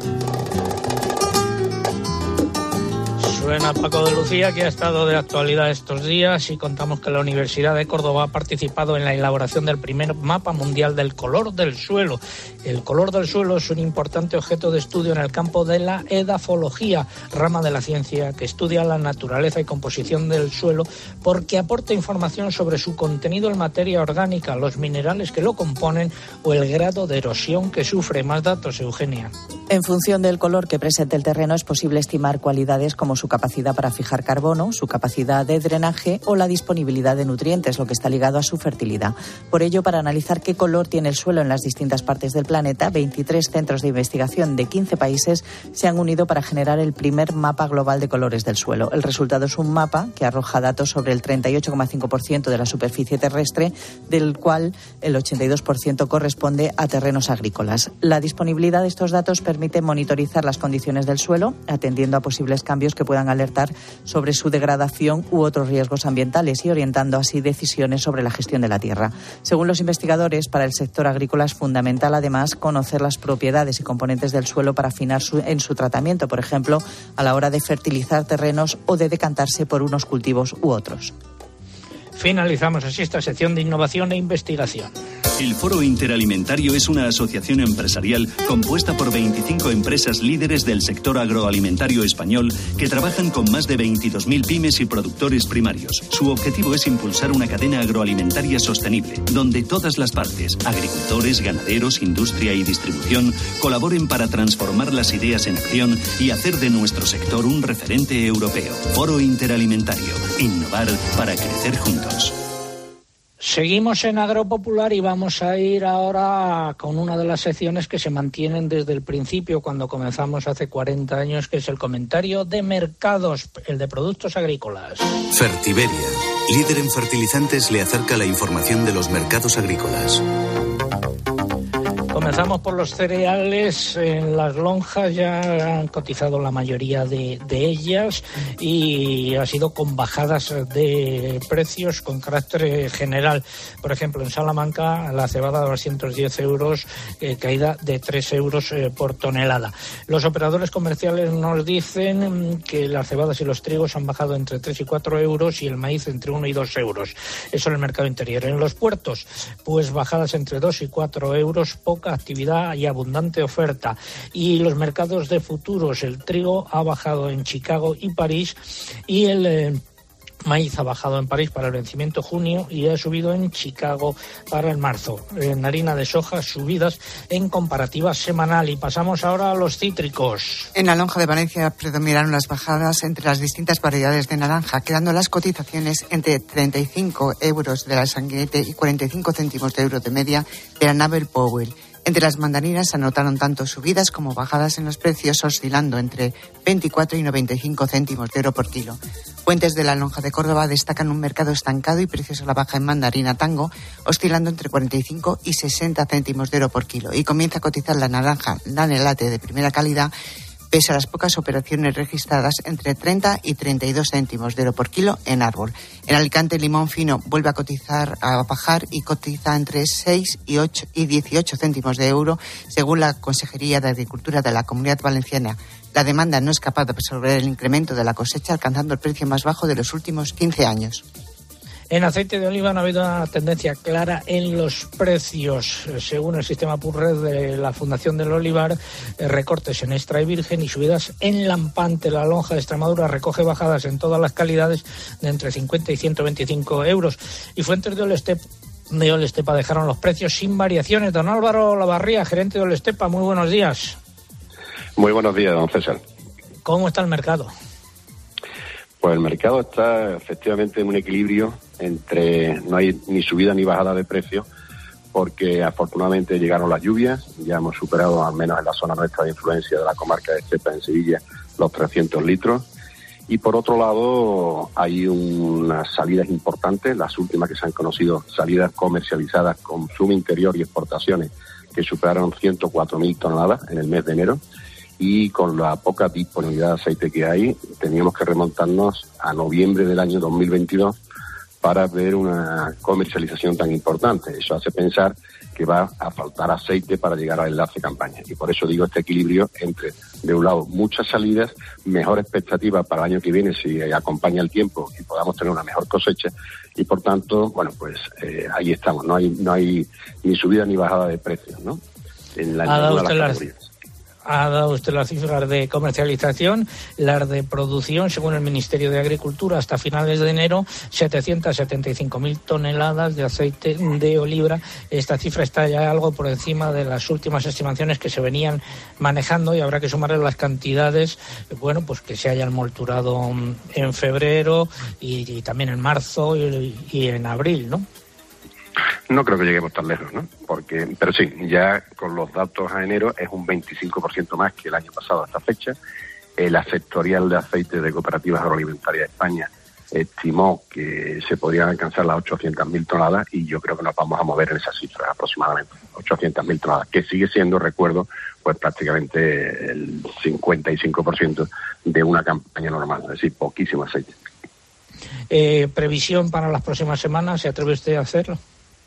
Speaker 1: Suena Paco de Lucía, que ha estado de actualidad estos días, y contamos que la Universidad de Córdoba ha participado en la elaboración del primer mapa mundial del color del suelo. El color del suelo es un importante objeto de estudio en el campo de la edafología, rama de la ciencia que estudia la naturaleza y composición del suelo, porque aporta información sobre su contenido en materia orgánica, los minerales que lo componen o el grado de erosión que sufre. Más datos, Eugenia.
Speaker 5: En función del color que presente el terreno es posible estimar cualidades como su capacidad para fijar carbono, su capacidad de drenaje o la disponibilidad de nutrientes, lo que está ligado a su fertilidad. Por ello, para analizar qué color tiene el suelo en las distintas partes del planeta, 23 centros de investigación de 15 países se han unido para generar el primer mapa global de colores del suelo. El resultado es un mapa que arroja datos sobre el 38,5% de la superficie terrestre, del cual el 82% corresponde a terrenos agrícolas. La disponibilidad de estos datos permite monitorizar las condiciones del suelo, atendiendo a posibles cambios que puedan alertar sobre su degradación u otros riesgos ambientales, y orientando así decisiones sobre la gestión de la tierra. Según los investigadores, para el sector agrícola es fundamental además conocer las propiedades y componentes del suelo para afinar en su tratamiento, por ejemplo, a la hora de fertilizar terrenos o de decantarse por unos cultivos u otros.
Speaker 1: Finalizamos así esta sección de innovación e investigación.
Speaker 16: El Foro Interalimentario es una asociación empresarial compuesta por 25 empresas líderes del sector agroalimentario español que trabajan con más de 22.000 pymes y productores primarios. Su objetivo es impulsar una cadena agroalimentaria sostenible, donde todas las partes, agricultores, ganaderos, industria y distribución, colaboren para transformar las ideas en acción y hacer de nuestro sector un referente europeo. Foro Interalimentario. Innovar para crecer juntos.
Speaker 1: Seguimos en Agropopular y vamos a ir ahora con una de las secciones que se mantienen desde el principio, cuando comenzamos hace 40 años, que es el comentario de mercados, el de productos agrícolas.
Speaker 17: Fertiberia, líder en fertilizantes, le acerca la información de los mercados agrícolas.
Speaker 1: Comenzamos por los cereales. En las lonjas ya han cotizado la mayoría de ellas y ha sido con bajadas de precios con carácter general. Por ejemplo, en Salamanca la cebada a 210 euros, caída de 3 euros por tonelada. Los operadores comerciales nos dicen que las cebadas y los trigos han bajado entre 3 y 4 euros y el maíz entre 1 y 2 euros. Eso en el mercado interior. En los puertos, pues bajadas entre 2 y 4 euros, poca actividad y abundante oferta. Y los mercados de futuros, el trigo ha bajado en Chicago y París y el maíz ha bajado en París para el vencimiento junio y ha subido en Chicago para el marzo. En harina de soja, subidas en comparativa semanal. Y pasamos ahora a los cítricos.
Speaker 18: En la lonja de Valencia predominaron las bajadas entre las distintas variedades de naranja, quedando las cotizaciones entre 35 euros de la Sanguinete y 45 céntimos de euro de media de la Nabel Powell. Entre las mandarinas se anotaron tanto subidas como bajadas en los precios, oscilando entre 24 y 95 céntimos de euro por kilo. Fuentes de la lonja de Córdoba destacan un mercado estancado y precios a la baja en mandarina tango, oscilando entre 45 y 60 céntimos de euro por kilo. Y comienza a cotizar la naranja Lanelate de primera calidad, pese a las pocas operaciones registradas, entre 30 y 32 céntimos de euro por kilo en árbol. En Alicante, el limón fino vuelve a bajar y cotiza entre 6 y 18 céntimos de euro, según la Consejería de Agricultura de la Comunidad Valenciana. La demanda no es capaz de absorber el incremento de la cosecha, alcanzando el precio más bajo de los últimos 15 años.
Speaker 1: En aceite de oliva no ha habido una tendencia clara en los precios. Según el sistema PURRED de la Fundación del Olivar, recortes en extra y virgen y subidas en lampante. La lonja de Extremadura recoge bajadas en todas las calidades de entre 50 y 125 euros. Y fuentes de Olestepa dejaron los precios sin variaciones. Don Álvaro Lavarría, gerente de Olestepa, muy buenos días.
Speaker 19: Muy buenos días, don César.
Speaker 1: ¿Cómo está el mercado?
Speaker 19: Pues el mercado está efectivamente en un equilibrio entre no hay ni subida ni bajada de precios, porque afortunadamente llegaron las lluvias, ya hemos superado, al menos en la zona nuestra de influencia de la comarca de Estepa en Sevilla, los 300 litros. Y por otro lado hay unas salidas importantes, las últimas que se han conocido, salidas comercializadas, consumo interior y exportaciones, que superaron 104.000 toneladas en el mes de enero. Y con la poca disponibilidad de aceite que hay, teníamos que remontarnos a noviembre del año 2022 para ver una comercialización tan importante. Eso hace pensar que va a faltar aceite para llegar al enlace campaña. Y por eso digo este equilibrio entre, de un lado, muchas salidas, mejor expectativa para el año que viene si acompaña el tiempo y podamos tener una mejor cosecha. Y por tanto, bueno, pues ahí estamos. No hay ni subida ni bajada de precios, ¿no? En la ninguna de las categorías.
Speaker 1: Ha dado usted las cifras de comercialización, las de producción, según el Ministerio de Agricultura, hasta finales de enero, 775.000 toneladas de aceite de oliva. Esta cifra está ya algo por encima de las últimas estimaciones que se venían manejando y habrá que sumarle las cantidades, bueno, pues que se hayan molturado en febrero y también en marzo y en abril, ¿no?
Speaker 19: No creo que lleguemos tan lejos, ¿no? Pero sí, ya con los datos a enero es un 25% más que el año pasado a esta fecha. La sectorial de aceite de Cooperativas Agroalimentarias de España estimó que se podrían alcanzar las 800.000 toneladas y yo creo que nos vamos a mover en esas cifras aproximadamente, 800.000 toneladas, que sigue siendo, recuerdo, pues prácticamente el 55% de una campaña normal, es decir, poquísimo aceite.
Speaker 1: ¿Previsión para las próximas semanas? ¿Se atreve usted a hacerlo?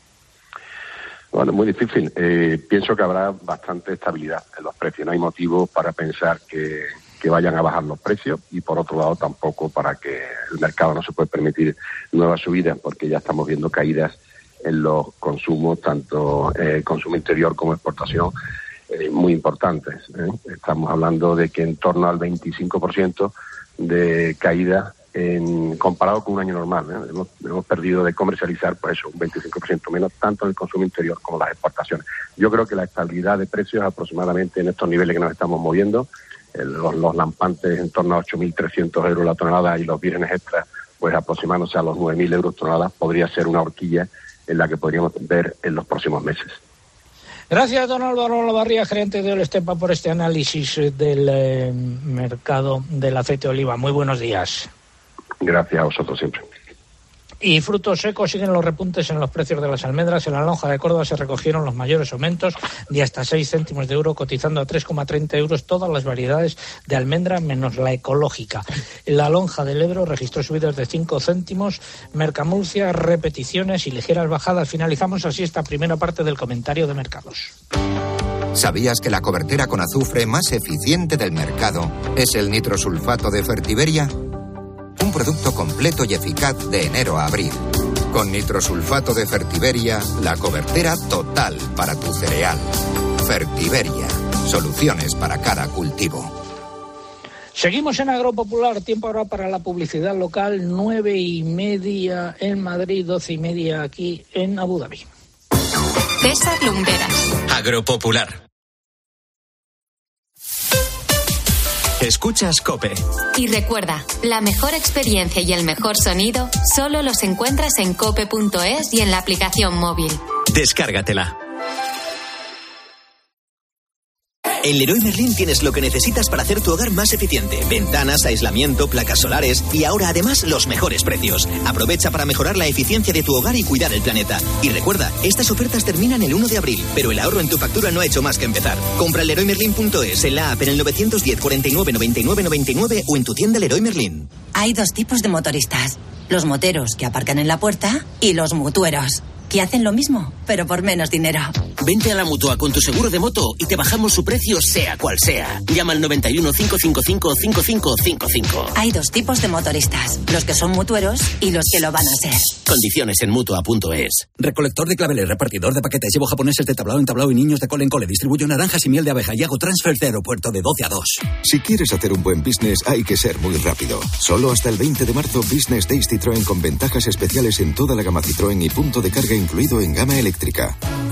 Speaker 19: Bueno, muy difícil. Pienso que habrá bastante estabilidad en los precios. No hay motivo para pensar que vayan a bajar los precios y, por otro lado, tampoco para que el mercado no se puede permitir nuevas subidas, porque ya estamos viendo caídas en los consumos, tanto consumo interior como exportación, muy importantes. Estamos hablando de que en torno al 25% de caída comparado con un año normal, hemos perdido de comercializar, pues eso, un 25% menos, tanto en el consumo interior como las exportaciones. Yo creo que la estabilidad de precios aproximadamente en estos niveles que nos estamos moviendo, los lampantes en torno a 8.300 euros la tonelada y los vírgenes extras, pues aproximándose a los 9.000 euros tonelada, podría ser una horquilla en la que podríamos ver en los próximos meses.
Speaker 1: Gracias, don Álvaro Lavarría, gerente de Olestepa, por este análisis del mercado del aceite de oliva. Muy buenos días.
Speaker 19: Gracias a vosotros siempre.
Speaker 1: Y frutos secos, siguen los repuntes en los precios de las almendras. En la lonja de Córdoba se recogieron los mayores aumentos de hasta 6 céntimos de euro, cotizando a 3,30 euros todas las variedades de almendra menos la ecológica. En la lonja del Ebro registró subidas de 5 céntimos, Mercamurcia, repeticiones y ligeras bajadas. Finalizamos así esta primera parte del comentario de mercados.
Speaker 20: ¿Sabías que la cobertera con azufre más eficiente del mercado es el nitrosulfato de Fertiberia? Un producto completo y eficaz de enero a abril. Con nitrosulfato de Fertiberia, la cobertera total para tu cereal. Fertiberia, soluciones para cada cultivo.
Speaker 1: Seguimos en Agropopular, tiempo ahora para la publicidad local, 9:30 en Madrid, 12:30 aquí en Abu Dhabi.
Speaker 21: César Lumbreras.
Speaker 11: Agropopular. Escuchas COPE.
Speaker 21: Y recuerda, la mejor experiencia y el mejor sonido solo los encuentras en cope.es y en la aplicación móvil.
Speaker 11: Descárgatela.
Speaker 22: En Leroy Merlin tienes lo que necesitas para hacer tu hogar más eficiente. Ventanas, aislamiento, placas solares y ahora además los mejores precios. Aprovecha para mejorar la eficiencia de tu hogar y cuidar el planeta. Y recuerda, estas ofertas terminan el 1 de abril, pero el ahorro en tu factura no ha hecho más que empezar. Compra en LeroyMerlin.es, en la app, en el 910 49 99 99 o en tu tienda Leroy Merlin.
Speaker 23: Hay dos tipos de motoristas. Los moteros que aparcan en la puerta y los mutueros, que hacen lo mismo, pero por menos dinero.
Speaker 22: Vente a la Mutua con tu seguro de moto y te bajamos su precio sea cual sea. Llama al 91 555 5555.
Speaker 23: Hay dos tipos de motoristas, los que son mutueros y los que lo van a ser.
Speaker 22: Condiciones en Mutua.es.
Speaker 24: Recolector de claveles, repartidor de paquetes, llevo japoneses de tablao en tablao y niños de cole en cole. Distribuyo naranjas y miel de abeja y hago transfer de aeropuerto de 12 a 2.
Speaker 25: Si quieres hacer un buen business, hay que ser muy rápido. Solo hasta el 20 de marzo, Business Days Citroën con ventajas especiales en toda la gama Citroën y punto de carga incluido en gama eléctrica.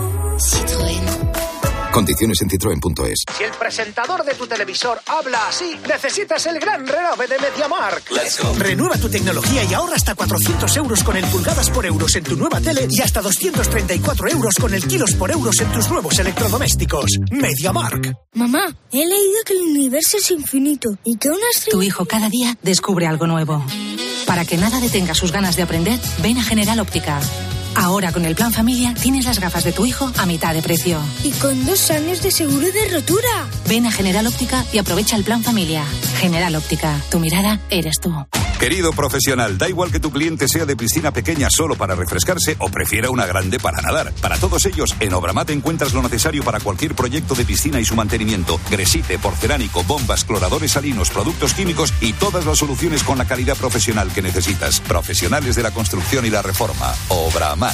Speaker 21: Citroën.
Speaker 25: Condiciones en citroen.es.
Speaker 26: Si el presentador de tu televisor habla así, necesitas el gran renove de MediaMarkt.
Speaker 22: Let's go.
Speaker 26: Renueva tu tecnología y ahorra hasta 400 euros con el pulgadas por euros en tu nueva tele y hasta 234 euros con el kilos por euros en tus nuevos electrodomésticos. MediaMarkt.
Speaker 27: Mamá, he leído que el universo es infinito y que una estrella...
Speaker 28: Tu hijo cada día descubre algo nuevo. Para que nada detenga sus ganas de aprender, ven a General Óptica. Ahora con el plan familia tienes las gafas de tu hijo a mitad de precio.
Speaker 27: Y con 2 años de seguro de rotura.
Speaker 28: Ven a General Óptica y aprovecha el plan familia. General Óptica, tu mirada eres tú.
Speaker 29: Querido profesional, da igual que tu cliente sea de piscina pequeña solo para refrescarse o prefiera una grande para nadar. Para todos ellos, en Obramat encuentras lo necesario para cualquier proyecto de piscina y su mantenimiento. Gresite, porcelánico, bombas, cloradores salinos, productos químicos y todas las soluciones con la calidad profesional que necesitas. Profesionales de la construcción y la reforma. Obramat.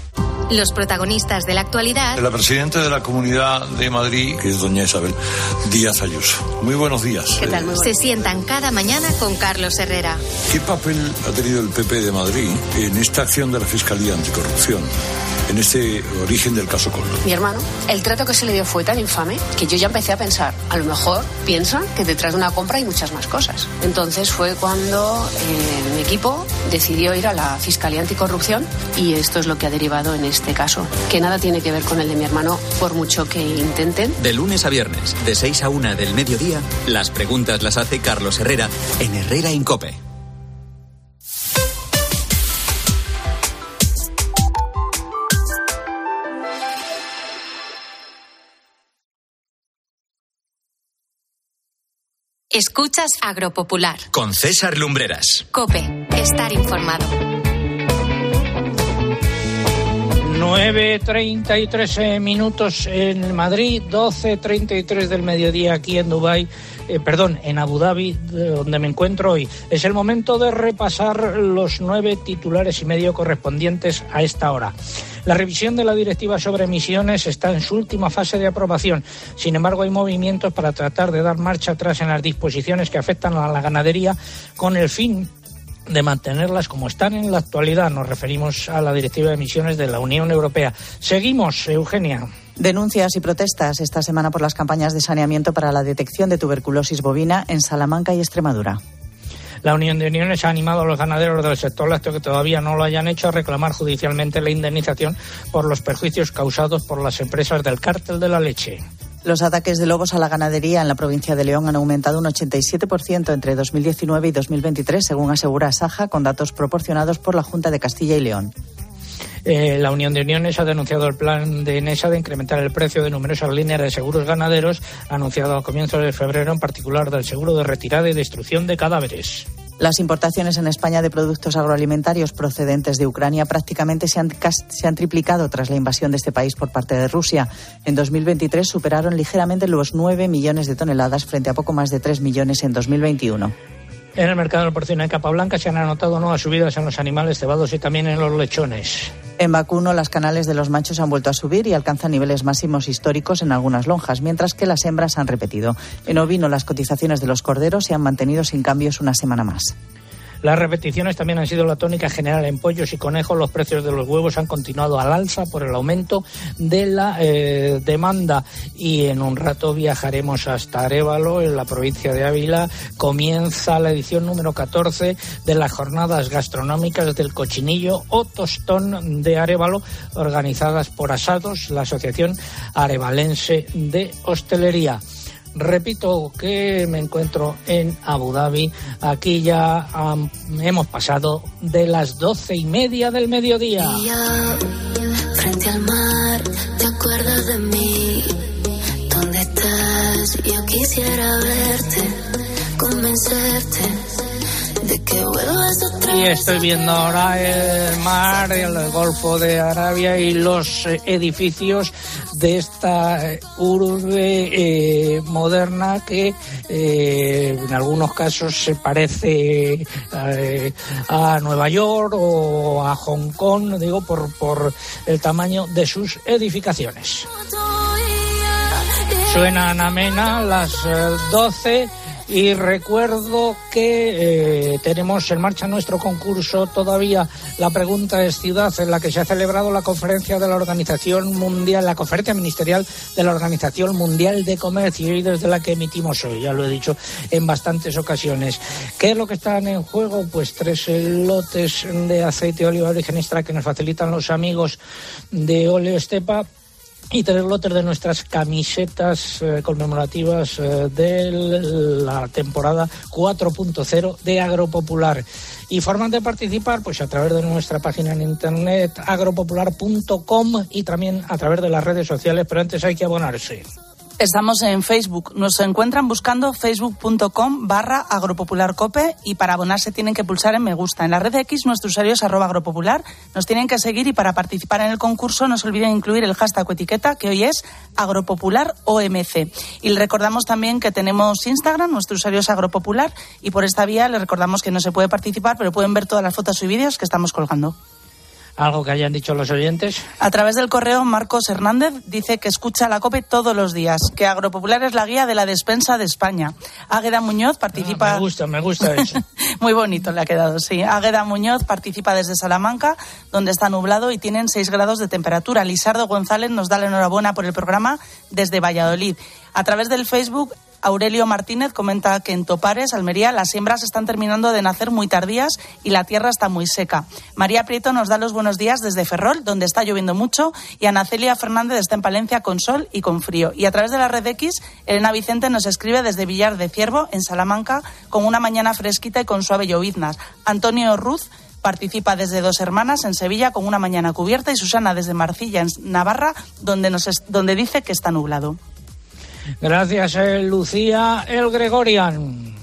Speaker 21: Los protagonistas de la actualidad.
Speaker 30: La presidenta de la Comunidad de Madrid, que es doña Isabel Díaz Ayuso. Muy buenos días.
Speaker 21: ¿Qué tal? Se sientan cada mañana con Carlos Herrera.
Speaker 30: ¿Qué papel ha tenido el PP de Madrid en esta acción de la Fiscalía Anticorrupción? En este origen del caso Coldo.
Speaker 31: Mi hermano, el trato que se le dio fue tan infame que yo ya empecé a pensar, a lo mejor piensan que detrás de una compra hay muchas más cosas. Entonces fue cuando mi equipo decidió ir a la Fiscalía Anticorrupción y esto es lo que ha derivado en este caso, que nada tiene que ver con el de mi hermano, por mucho que intenten.
Speaker 11: De lunes a viernes, de 6 a 1 del mediodía, las preguntas las hace Carlos Herrera en Herrera en COPE.
Speaker 21: Escuchas Agropopular.
Speaker 11: Con César Lumbreras.
Speaker 21: COPE. Estar informado.
Speaker 1: 9:33 minutos en Madrid, 12:33 del mediodía aquí en Dubái, en Abu Dhabi, donde me encuentro hoy. Es el momento de repasar los 9 titulares y medio correspondientes a esta hora. La revisión de la directiva sobre emisiones está en su última fase de aprobación. Sin embargo, hay movimientos para tratar de dar marcha atrás en las disposiciones que afectan a la ganadería con el fin de mantenerlas como están en la actualidad. Nos referimos a la Directiva de Emisiones de la Unión Europea. Seguimos, Eugenia.
Speaker 5: Denuncias y protestas esta semana por las campañas de saneamiento para la detección de tuberculosis bovina en Salamanca y Extremadura.
Speaker 1: La Unión de Uniones ha animado a los ganaderos del sector lácteo que todavía no lo hayan hecho a reclamar judicialmente la indemnización por los perjuicios causados por las empresas del cártel de la leche.
Speaker 5: Los ataques de lobos a la ganadería en la provincia de León han aumentado un 87% entre 2019 y 2023, según asegura Saja, con datos proporcionados por la Junta de Castilla y León.
Speaker 1: La Unión de Uniones ha denunciado el plan de Enesa de incrementar el precio de numerosas líneas de seguros ganaderos, anunciado a comienzos de febrero, en particular del seguro de retirada y destrucción de cadáveres.
Speaker 5: Las importaciones en España de productos agroalimentarios procedentes de Ucrania prácticamente se han triplicado tras la invasión de este país por parte de Rusia. En 2023 superaron ligeramente los 9 millones de toneladas frente a poco más de 3 millones en 2021.
Speaker 1: En el mercado del porcino de capa blanca se han anotado nuevas subidas en los animales cebados y también en los lechones.
Speaker 5: En vacuno, las canales de los machos han vuelto a subir y alcanzan niveles máximos históricos en algunas lonjas, mientras que las hembras han repetido. En ovino, las cotizaciones de los corderos se han mantenido sin cambios una semana más.
Speaker 1: Las repeticiones también han sido la tónica general en pollos y conejos. Los precios de los huevos han continuado al alza por el aumento de la demanda. Y en un rato viajaremos hasta Arévalo, en la provincia de Ávila. Comienza la edición número 14 de las jornadas gastronómicas del cochinillo o tostón de Arévalo, organizadas por Asados, la Asociación Arevalense de Hostelería. Repito que me encuentro en Abu Dhabi. Aquí ya hemos pasado de las 12:30 del mediodía.
Speaker 2: Y yo, frente al mar, ¿te acuerdas de mí? ¿Dónde estás? Yo quisiera verte, convencerte de que vuelvas otra vez.
Speaker 1: Y estoy viendo ahora el mar, el Golfo de Arabia y los edificios de esta urbe moderna que en algunos casos se parece a Nueva York o a Hong Kong, digo, por el tamaño de sus edificaciones. Suenan amenas las 12. Y recuerdo que tenemos en marcha nuestro concurso todavía. La pregunta es ciudad en la que se ha celebrado la conferencia de la Organización Mundial, la conferencia ministerial de la Organización Mundial de Comercio, y desde la que emitimos hoy, ya lo he dicho en bastantes ocasiones. ¿Qué es lo que están en juego? Pues 3 lotes de aceite de oliva de origen extra que nos facilitan los amigos de Óleo Estepa, y 3 lotes de nuestras camisetas conmemorativas de la temporada 4.0 de Agropopular. Y formas de participar, pues a través de nuestra página en internet agropopular.com y también a través de las redes sociales, pero antes hay que abonarse.
Speaker 3: Estamos en Facebook. Nos encuentran buscando facebook.com/agropopularcope y para abonarse tienen que pulsar en me gusta. En la red X nuestro usuario es @agropopular. Nos tienen que seguir y para participar en el concurso no se olviden incluir el hashtag o etiqueta que hoy es agropopularomc. Y les recordamos también que tenemos Instagram, nuestro usuario es agropopular y por esta vía les recordamos que no se puede participar, pero pueden ver todas las fotos y vídeos que estamos colgando.
Speaker 1: ¿Algo que hayan dicho los oyentes?
Speaker 3: A través del correo, Marcos Hernández dice que escucha la COPE todos los días, que Agropopular es la guía de la despensa de España. Águeda Muñoz participa...
Speaker 1: Me gusta eso.
Speaker 3: Muy bonito le ha quedado, sí. Águeda Muñoz participa desde Salamanca, donde está nublado y tienen 6 grados de temperatura. Lisardo González nos da la enhorabuena por el programa desde Valladolid. A través del Facebook, Aurelio Martínez comenta que en Topares, Almería, las siembras están terminando de nacer muy tardías y la tierra está muy seca. María Prieto nos da los buenos días desde Ferrol, donde está lloviendo mucho, y Ana Celia Fernández está en Palencia con sol y con frío. Y a través de la red X, Elena Vicente nos escribe desde Villar de Ciervo, en Salamanca, con una mañana fresquita y con suave lloviznas. Antonio Ruz participa desde Dos Hermanas, en Sevilla, con una mañana cubierta, y Susana desde Marcilla, en Navarra, donde dice que está nublado.
Speaker 1: Gracias, Lucía El Gregorian.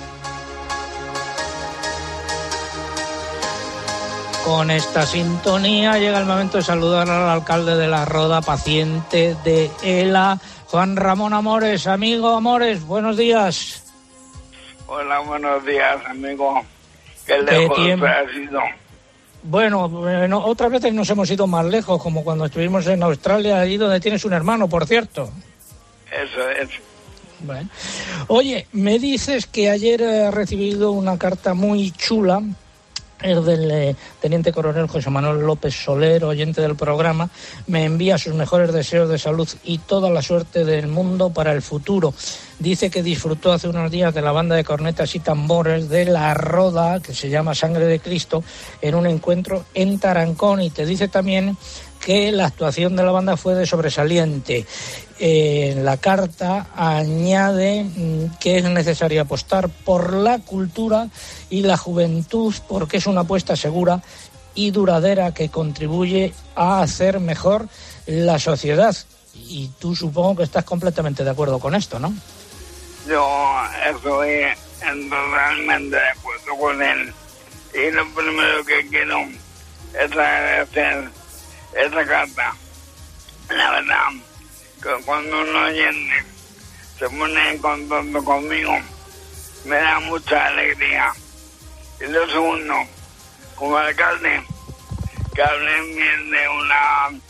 Speaker 1: Con esta sintonía llega el momento de saludar al alcalde de La Roda, paciente de ELA, Juan Ramón Amores. Amigo Amores, buenos días.
Speaker 4: Hola, buenos días, amigo. ¿Qué lejos has ido?
Speaker 1: Bueno, otras veces nos hemos ido más lejos, como cuando estuvimos en Australia, allí donde tienes un hermano, por cierto.
Speaker 4: Eso es.
Speaker 1: Bueno. Oye, me dices que ayer has recibido una carta muy chula, es del teniente coronel José Manuel López Soler, oyente del programa. Me envía sus mejores deseos de salud y toda la suerte del mundo para el futuro. Dice que disfrutó hace unos días de la banda de cornetas y tambores de La Roda, que se llama Sangre de Cristo, en un encuentro en Tarancón, y te dice también que la actuación de la banda fue de sobresaliente. En la carta añade que es necesario apostar por la cultura y la juventud porque es una apuesta segura y duradera que contribuye a hacer mejor la sociedad. Y tú supongo que estás completamente de acuerdo con esto, ¿no?
Speaker 4: Yo estoy totalmente de acuerdo con él. Y lo primero que quiero es agradecer esta carta. La verdad, que cuando un oyente se pone en contacto conmigo, me da mucha alegría. Y lo segundo, como alcalde, que hablen bien de una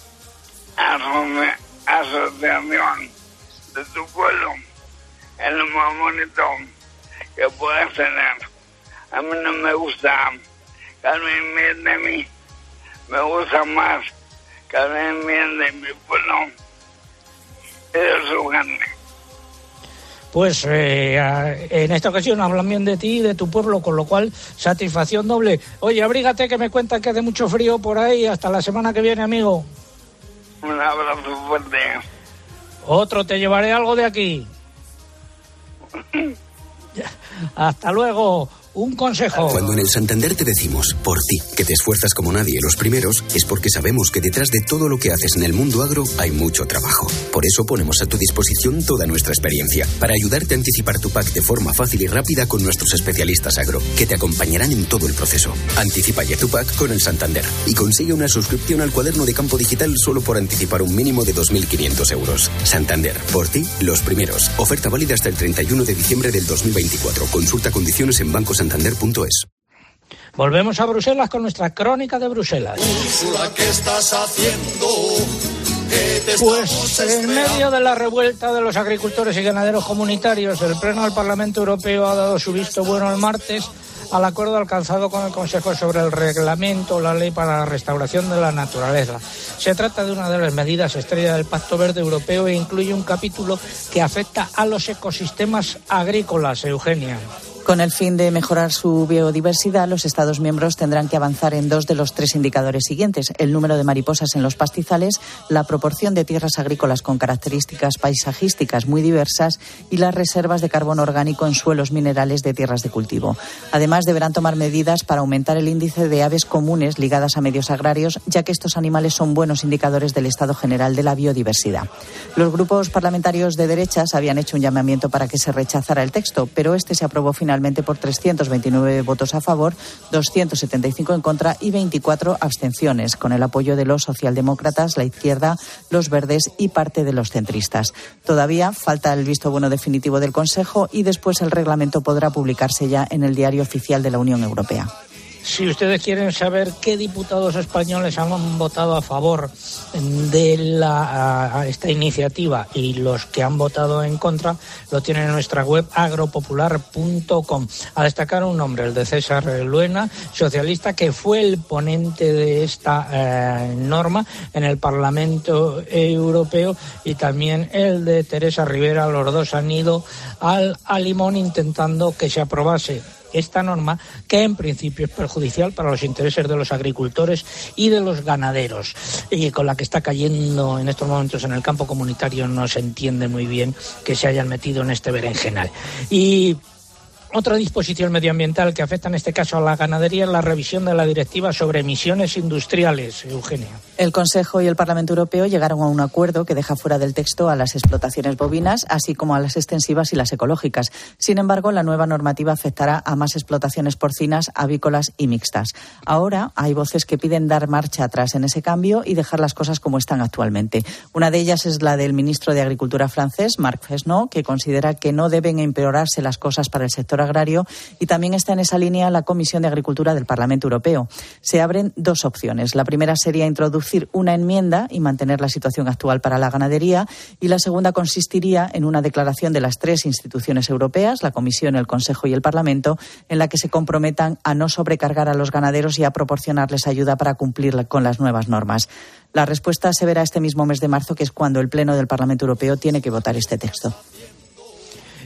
Speaker 4: asociación de tu pueblo, es lo más bonito que puedes tener. A mí no me gusta que hablen bien de mí, me gusta más que hablen bien de mi pueblo y de su gente.
Speaker 1: Pues en esta ocasión hablan bien de ti y de tu pueblo, con lo cual satisfacción doble. Oye, abrígate que me cuentan que hace mucho frío por ahí. Hasta la semana que viene, amigo.
Speaker 4: Un abrazo fuerte.
Speaker 1: Otro, te llevaré algo de aquí. Hasta luego. Un consejo.
Speaker 6: Cuando en el Santander te decimos, por ti, que te esfuerzas como nadie los primeros, es porque sabemos que detrás de todo lo que haces en el mundo agro hay mucho trabajo. Por eso ponemos a tu disposición toda nuestra experiencia, para ayudarte a anticipar tu PAC de forma fácil y rápida con nuestros especialistas agro, que te acompañarán en todo el proceso. Anticipa ya tu PAC con el Santander y consigue una suscripción al cuaderno de campo digital solo por anticipar un mínimo de 2.500 euros. Santander, por ti, los primeros. Oferta válida hasta el 31 de diciembre del 2024. Consulta condiciones en bancosantander.es.
Speaker 1: Volvemos a Bruselas con nuestra crónica de Bruselas.
Speaker 7: Úrsula, ¿qué estás haciendo?
Speaker 1: Pues en medio de la revuelta de los agricultores y ganaderos comunitarios, el Pleno del Parlamento Europeo ha dado su visto bueno el martes al acuerdo alcanzado con el Consejo sobre el reglamento, la ley para la restauración de la naturaleza. Se trata de una de las medidas estrella del Pacto Verde Europeo e incluye un capítulo que afecta a los ecosistemas agrícolas, Eugenia.
Speaker 5: Con el fin de mejorar su biodiversidad, los Estados miembros tendrán que avanzar en 2 de los 3 indicadores siguientes: el número de mariposas en los pastizales, la proporción de tierras agrícolas con características paisajísticas muy diversas y las reservas de carbono orgánico en suelos minerales de tierras de cultivo. Además, deberán tomar medidas para aumentar el índice de aves comunes ligadas a medios agrarios, ya que estos animales son buenos indicadores del estado general de la biodiversidad. Los grupos parlamentarios de derechas habían hecho un llamamiento para que se rechazara el texto, pero este se aprobó finalmente por 329 votos a favor, 275 en contra y 24 abstenciones, con el apoyo de los socialdemócratas, la izquierda, los verdes y parte de los centristas. Todavía falta el visto bueno definitivo del Consejo y después el reglamento podrá publicarse ya en el Diario Oficial de la Unión Europea.
Speaker 1: Si ustedes quieren saber qué diputados españoles han votado a favor de esta iniciativa y los que han votado en contra, lo tienen en nuestra web agropopular.com. A destacar un nombre, el de César Luena, socialista, que fue el ponente de esta norma en el Parlamento Europeo, y también el de Teresa Rivera. Los dos han ido al limón intentando que se aprobase esta norma, que en principio es perjudicial para los intereses de los agricultores y de los ganaderos, y con la que está cayendo en estos momentos en el campo comunitario no se entiende muy bien que se hayan metido en este berenjenal. Y otra disposición medioambiental que afecta en este caso a la ganadería es la revisión de la directiva sobre emisiones industriales, Eugenia.
Speaker 5: El Consejo y el Parlamento Europeo llegaron a un acuerdo que deja fuera del texto a las explotaciones bovinas, así como a las extensivas y las ecológicas. Sin embargo, la nueva normativa afectará a más explotaciones porcinas, avícolas y mixtas. Ahora hay voces que piden dar marcha atrás en ese cambio y dejar las cosas como están actualmente. Una de ellas es la del ministro de Agricultura francés, Marc Fesneau, que considera que no deben empeorarse las cosas para el sector agrario, y también está en esa línea la Comisión de Agricultura del Parlamento Europeo. Se abren 2 opciones. La primera sería introducir una enmienda y mantener la situación actual para la ganadería, y la segunda consistiría en una declaración de las 3 instituciones europeas, la Comisión, el Consejo y el Parlamento, en la que se comprometan a no sobrecargar a los ganaderos y a proporcionarles ayuda para cumplir con las nuevas normas. La respuesta se verá este mismo mes de marzo, que es cuando el Pleno del Parlamento Europeo tiene que votar este texto.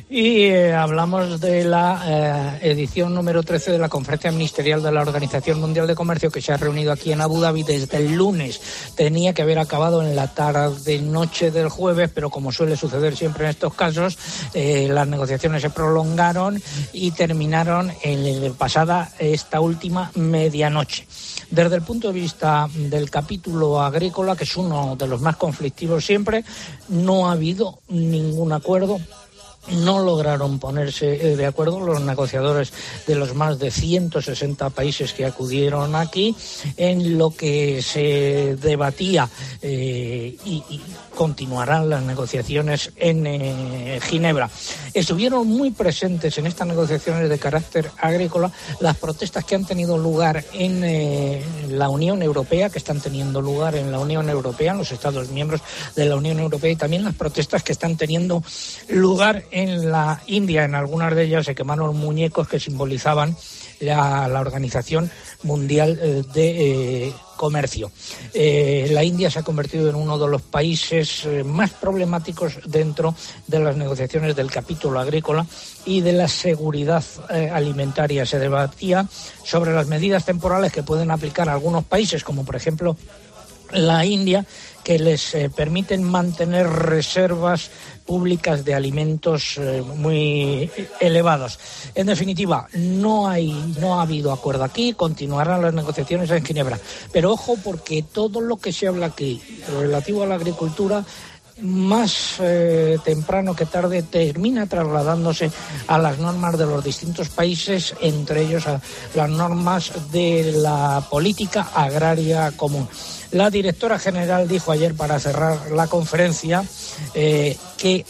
Speaker 1: Y hablamos de la edición número 13 de la Conferencia Ministerial de la Organización Mundial de Comercio, que se ha reunido aquí en Abu Dhabi desde el lunes. Tenía que haber acabado en la tarde-noche del jueves, pero como suele suceder siempre en estos casos, las negociaciones se prolongaron y terminaron pasada esta última medianoche. Desde el punto de vista del capítulo agrícola, que es uno de los más conflictivos siempre, no ha habido ningún acuerdo. No lograron ponerse de acuerdo los negociadores de los más de 160 países que acudieron aquí en lo que se debatía y continuarán las negociaciones en Ginebra. Estuvieron muy presentes en estas negociaciones de carácter agrícola las protestas que han tenido lugar en la Unión Europea, que están teniendo lugar en la Unión Europea, en los Estados miembros de la Unión Europea, y también las protestas que están teniendo lugar en la India. En algunas de ellas se quemaron muñecos que simbolizaban la Organización Mundial de Comercio. La India se ha convertido en uno de los países más problemáticos dentro de las negociaciones del capítulo agrícola y de la seguridad alimentaria. Se debatía sobre las medidas temporales que pueden aplicar algunos países, como por ejemplo la India, que les permiten mantener reservas públicas de alimentos muy elevados. En definitiva, no ha habido acuerdo aquí, continuarán las negociaciones en Ginebra. Pero ojo, porque todo lo que se habla aquí relativo a la agricultura, más temprano que tarde termina trasladándose a las normas de los distintos países, entre ellos a las normas de la política agraria común. La directora general dijo ayer, para cerrar la conferencia, que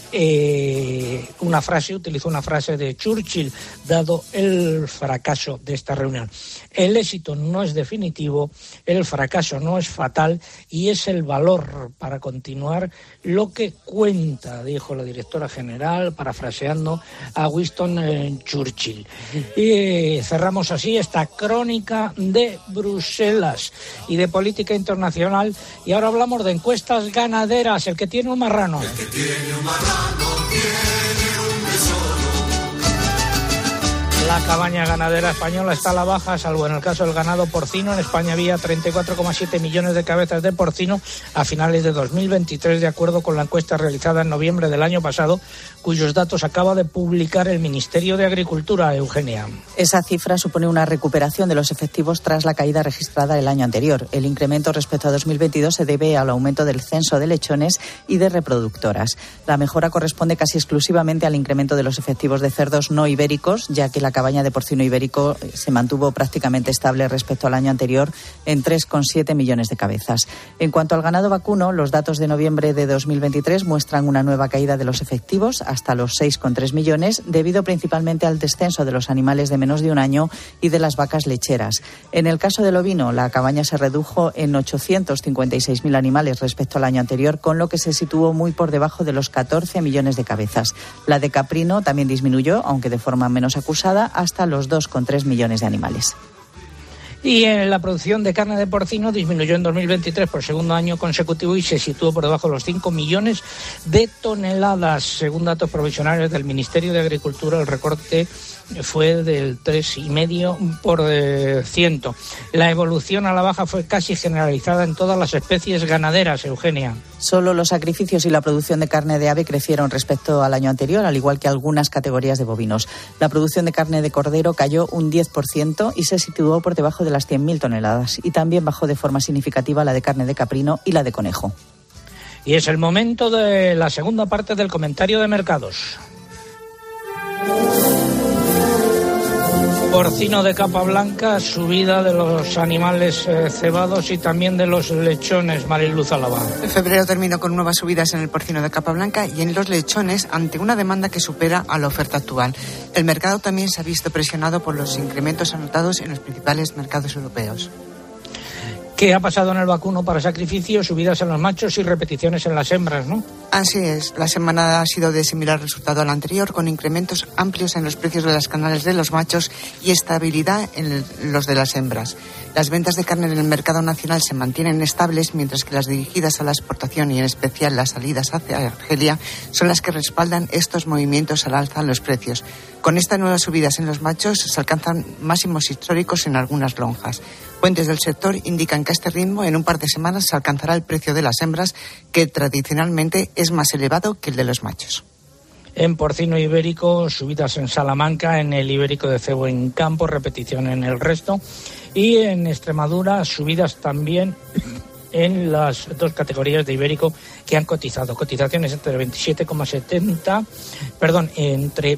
Speaker 1: utilizó una frase de Churchill, dado el fracaso de esta reunión. El éxito no es definitivo, el fracaso no es fatal y es el valor para continuar lo que cuenta, dijo la directora general, parafraseando a Winston Churchill. Y cerramos así esta crónica de Bruselas y de política internacional. Y ahora hablamos de encuestas ganaderas. El que tiene un marrano.
Speaker 7: El que tiene un marrano tiene un tesoro.
Speaker 1: La cabaña ganadera española está a la baja, salvo en el caso del ganado porcino. En España había 34,7 millones de cabezas de porcino a finales de 2023, de acuerdo con la encuesta realizada en noviembre del año pasado, cuyos datos acaba de publicar el Ministerio de Agricultura. Eugenia.
Speaker 5: Esa cifra supone una recuperación de los efectivos tras la caída registrada el año anterior. El incremento respecto a 2022 se debe al aumento del censo de lechones y de reproductoras. La mejora corresponde casi exclusivamente al incremento de los efectivos de cerdos no ibéricos, ya que la cabaña de porcino ibérico se mantuvo prácticamente estable respecto al año anterior en 3,7 millones de cabezas. En cuanto al ganado vacuno, los datos de noviembre de 2023 muestran una nueva caída de los efectivos hasta los 6,3 millones, debido principalmente al descenso de los animales de menos de un año y de las vacas lecheras. En el caso del ovino, la cabaña se redujo en 856.000 animales respecto al año anterior, con lo que se situó muy por debajo de los 14 millones de cabezas. La de caprino también disminuyó, aunque de forma menos acusada, hasta los 2,3 millones de animales.
Speaker 1: Y en la producción de carne de porcino disminuyó en 2023 por segundo año consecutivo y se situó por debajo de los 5 millones de toneladas. Según datos provisionales del Ministerio de Agricultura, el recorte fue del 3,5%. La evolución a la baja fue casi generalizada en todas las especies ganaderas, Eugenia.
Speaker 5: Solo los sacrificios y la producción de carne de ave crecieron respecto al año anterior, al igual que algunas categorías de bovinos. La producción de carne de cordero cayó un 10% y se situó por debajo de las 100.000 toneladas. Y también bajó de forma significativa la de carne de caprino y la de conejo.
Speaker 1: Y es el momento de la segunda parte del comentario de mercados. Porcino de capa blanca, subida de los animales cebados y también de los lechones, Mariluz Álava.
Speaker 8: En febrero terminó con nuevas subidas en el porcino de capa blanca y en los lechones ante una demanda que supera a la oferta actual. El mercado también se ha visto presionado por los incrementos anotados en los principales mercados europeos.
Speaker 1: ¿Qué ha pasado en el vacuno para sacrificio? Subidas en los machos y repeticiones en las hembras, ¿no?
Speaker 8: Así es. La semana ha sido de similar resultado a la anterior, con incrementos amplios en los precios de las canales de los machos y estabilidad en los de las hembras. Las ventas de carne en el mercado nacional se mantienen estables, mientras que las dirigidas a la exportación y en especial las salidas hacia Argelia son las que respaldan estos movimientos al alza en los precios. Con estas nuevas subidas en los machos se alcanzan máximos históricos en algunas lonjas. Fuentes del sector indican que a este ritmo en un par de semanas se alcanzará el precio de las hembras, que tradicionalmente es más elevado que el de los machos.
Speaker 1: En porcino ibérico, subidas en Salamanca, en el ibérico de cebo en campo, repetición en el resto. Y en Extremadura, subidas también en las dos categorías de ibérico que han cotizado. Cotizaciones entre 27,70, entre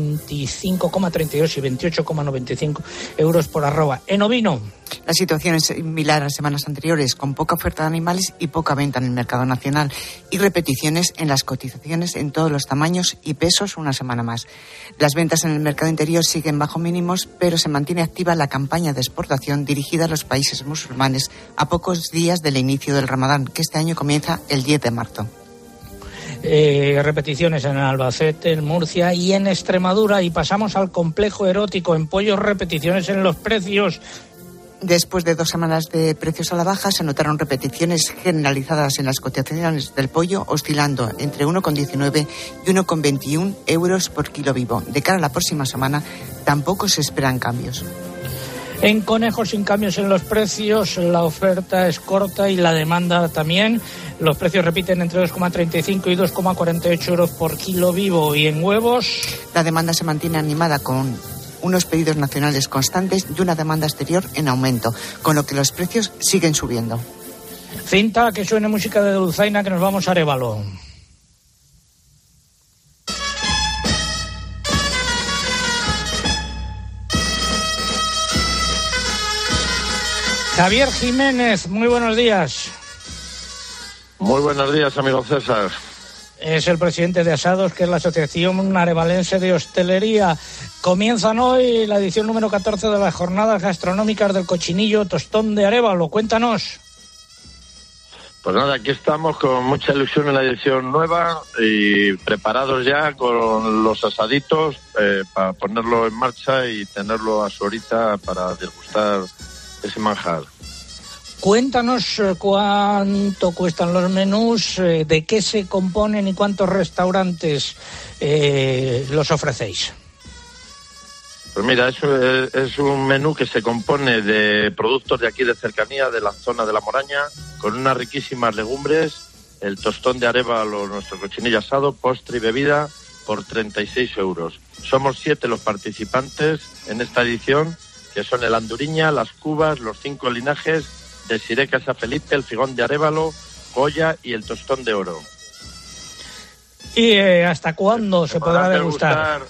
Speaker 1: 25,32 y 28,95 euros por arroba. En ovino.
Speaker 8: La situación es similar a semanas anteriores, con poca oferta de animales y poca venta en el mercado nacional, y repeticiones en las cotizaciones en todos los tamaños y pesos una semana más. Las ventas en el mercado interior siguen bajo mínimos, pero se mantiene activa la campaña de exportación dirigida a los países musulmanes a pocos días del inicio del Ramadán, que este año comienza el 10 de marzo.
Speaker 1: Repeticiones en Albacete, en Murcia y en Extremadura. Y pasamos al complejo erótico. En pollos, repeticiones en los precios.
Speaker 8: Después de 2 semanas de precios a la baja, se notaron repeticiones generalizadas en las cotizaciones del pollo, oscilando entre 1,19 y 1,21 euros por kilo vivo. De cara a la próxima semana, tampoco se esperan cambios.
Speaker 1: En conejos, sin cambios en los precios, la oferta es corta y la demanda también. Los precios repiten entre 2,35 y 2,48 euros por kilo vivo. Y en huevos,
Speaker 8: la demanda se mantiene animada con unos pedidos nacionales constantes y una demanda exterior en aumento, con lo que los precios siguen subiendo.
Speaker 1: Cinta, que suene música de Dulzaina, que nos vamos a Arévalo. Javier Jiménez, muy buenos días.
Speaker 9: Muy buenos días, amigo César.
Speaker 1: Es el presidente de Asados, que es la Asociación Arevalense de Hostelería. Comienzan hoy la edición número 14 de las Jornadas Gastronómicas del Cochinillo Tostón de Arévalo. Cuéntanos.
Speaker 9: Pues nada, aquí estamos con mucha ilusión en la edición nueva y preparados ya con los asaditos para ponerlo en marcha y tenerlo a su horita para degustar ese manjar.
Speaker 1: Cuéntanos cuánto cuestan los menús, de qué se componen y cuántos restaurantes los ofrecéis.
Speaker 9: Pues mira, es un menú que se compone de productos de aquí de cercanía, de la zona de La Moraña, con unas riquísimas legumbres, el tostón de Arévalo, nuestro cochinillo asado, postre y bebida por 36 euros. Somos 7 los participantes en esta edición, que son el Anduriña, las Cubas, los 5 linajes de Sireca San Felipe, el Figón de Arévalo, Goya y el Tostón de Oro.
Speaker 1: ¿Y hasta cuándo se podrá degustar?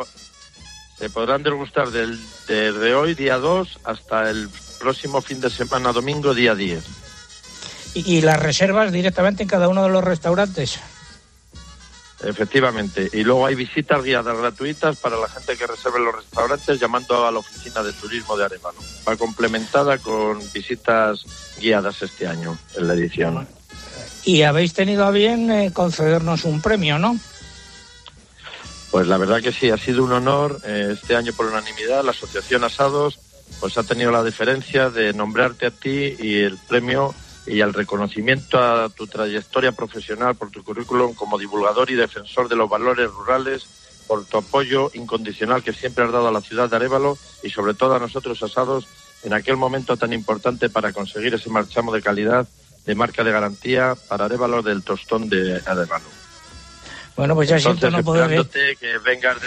Speaker 9: Se podrán degustar desde hoy, día 2, hasta el próximo fin de semana, domingo, día 10.
Speaker 1: ¿Y las reservas directamente en cada uno de los restaurantes?
Speaker 9: Efectivamente. Y luego hay visitas guiadas gratuitas para la gente que reserve los restaurantes llamando a la oficina de turismo de Arévalo. Va complementada con visitas guiadas este año en la edición.
Speaker 1: Y habéis tenido a bien concedernos un premio, ¿no?
Speaker 9: Pues la verdad que sí, ha sido un honor. Este año por unanimidad la Asociación Asados pues ha tenido la deferencia de nombrarte a ti y el premio y al reconocimiento a tu trayectoria profesional por tu currículum como divulgador y defensor de los valores rurales, por tu apoyo incondicional que siempre has dado a la ciudad de Arévalo y sobre todo a nosotros Asados en aquel momento tan importante para conseguir ese marchamo de calidad, de marca de garantía para Arévalo del Tostón de Arévalo.
Speaker 1: Bueno, pues ya siento no poder...
Speaker 9: Esperándote que vengas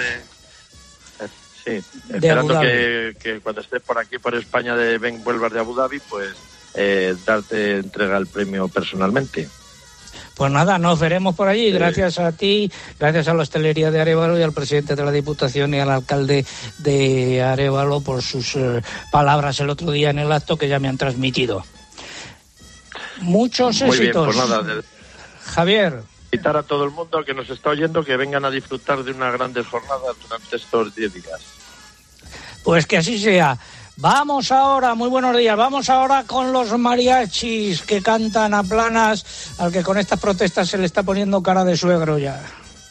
Speaker 9: esperando que cuando estés por aquí, por España, vuelvas de Abu Dhabi, pues darte entrega el premio personalmente.
Speaker 1: Pues nada, nos veremos por allí. Gracias a ti, gracias a la hostelería de Arévalo y al presidente de la Diputación y al alcalde de Arévalo por sus palabras el otro día en el acto que ya me han transmitido. Muchos éxitos. Muy bien, pues nada. Javier.
Speaker 9: Invitar a todo el mundo que nos está oyendo que vengan a disfrutar de unas grandes jornadas durante estos 10 días.
Speaker 1: Pues que así sea. Vamos ahora, muy buenos días, vamos ahora con los mariachis que cantan a Planas, al que con estas protestas se le está poniendo cara de suegro ya.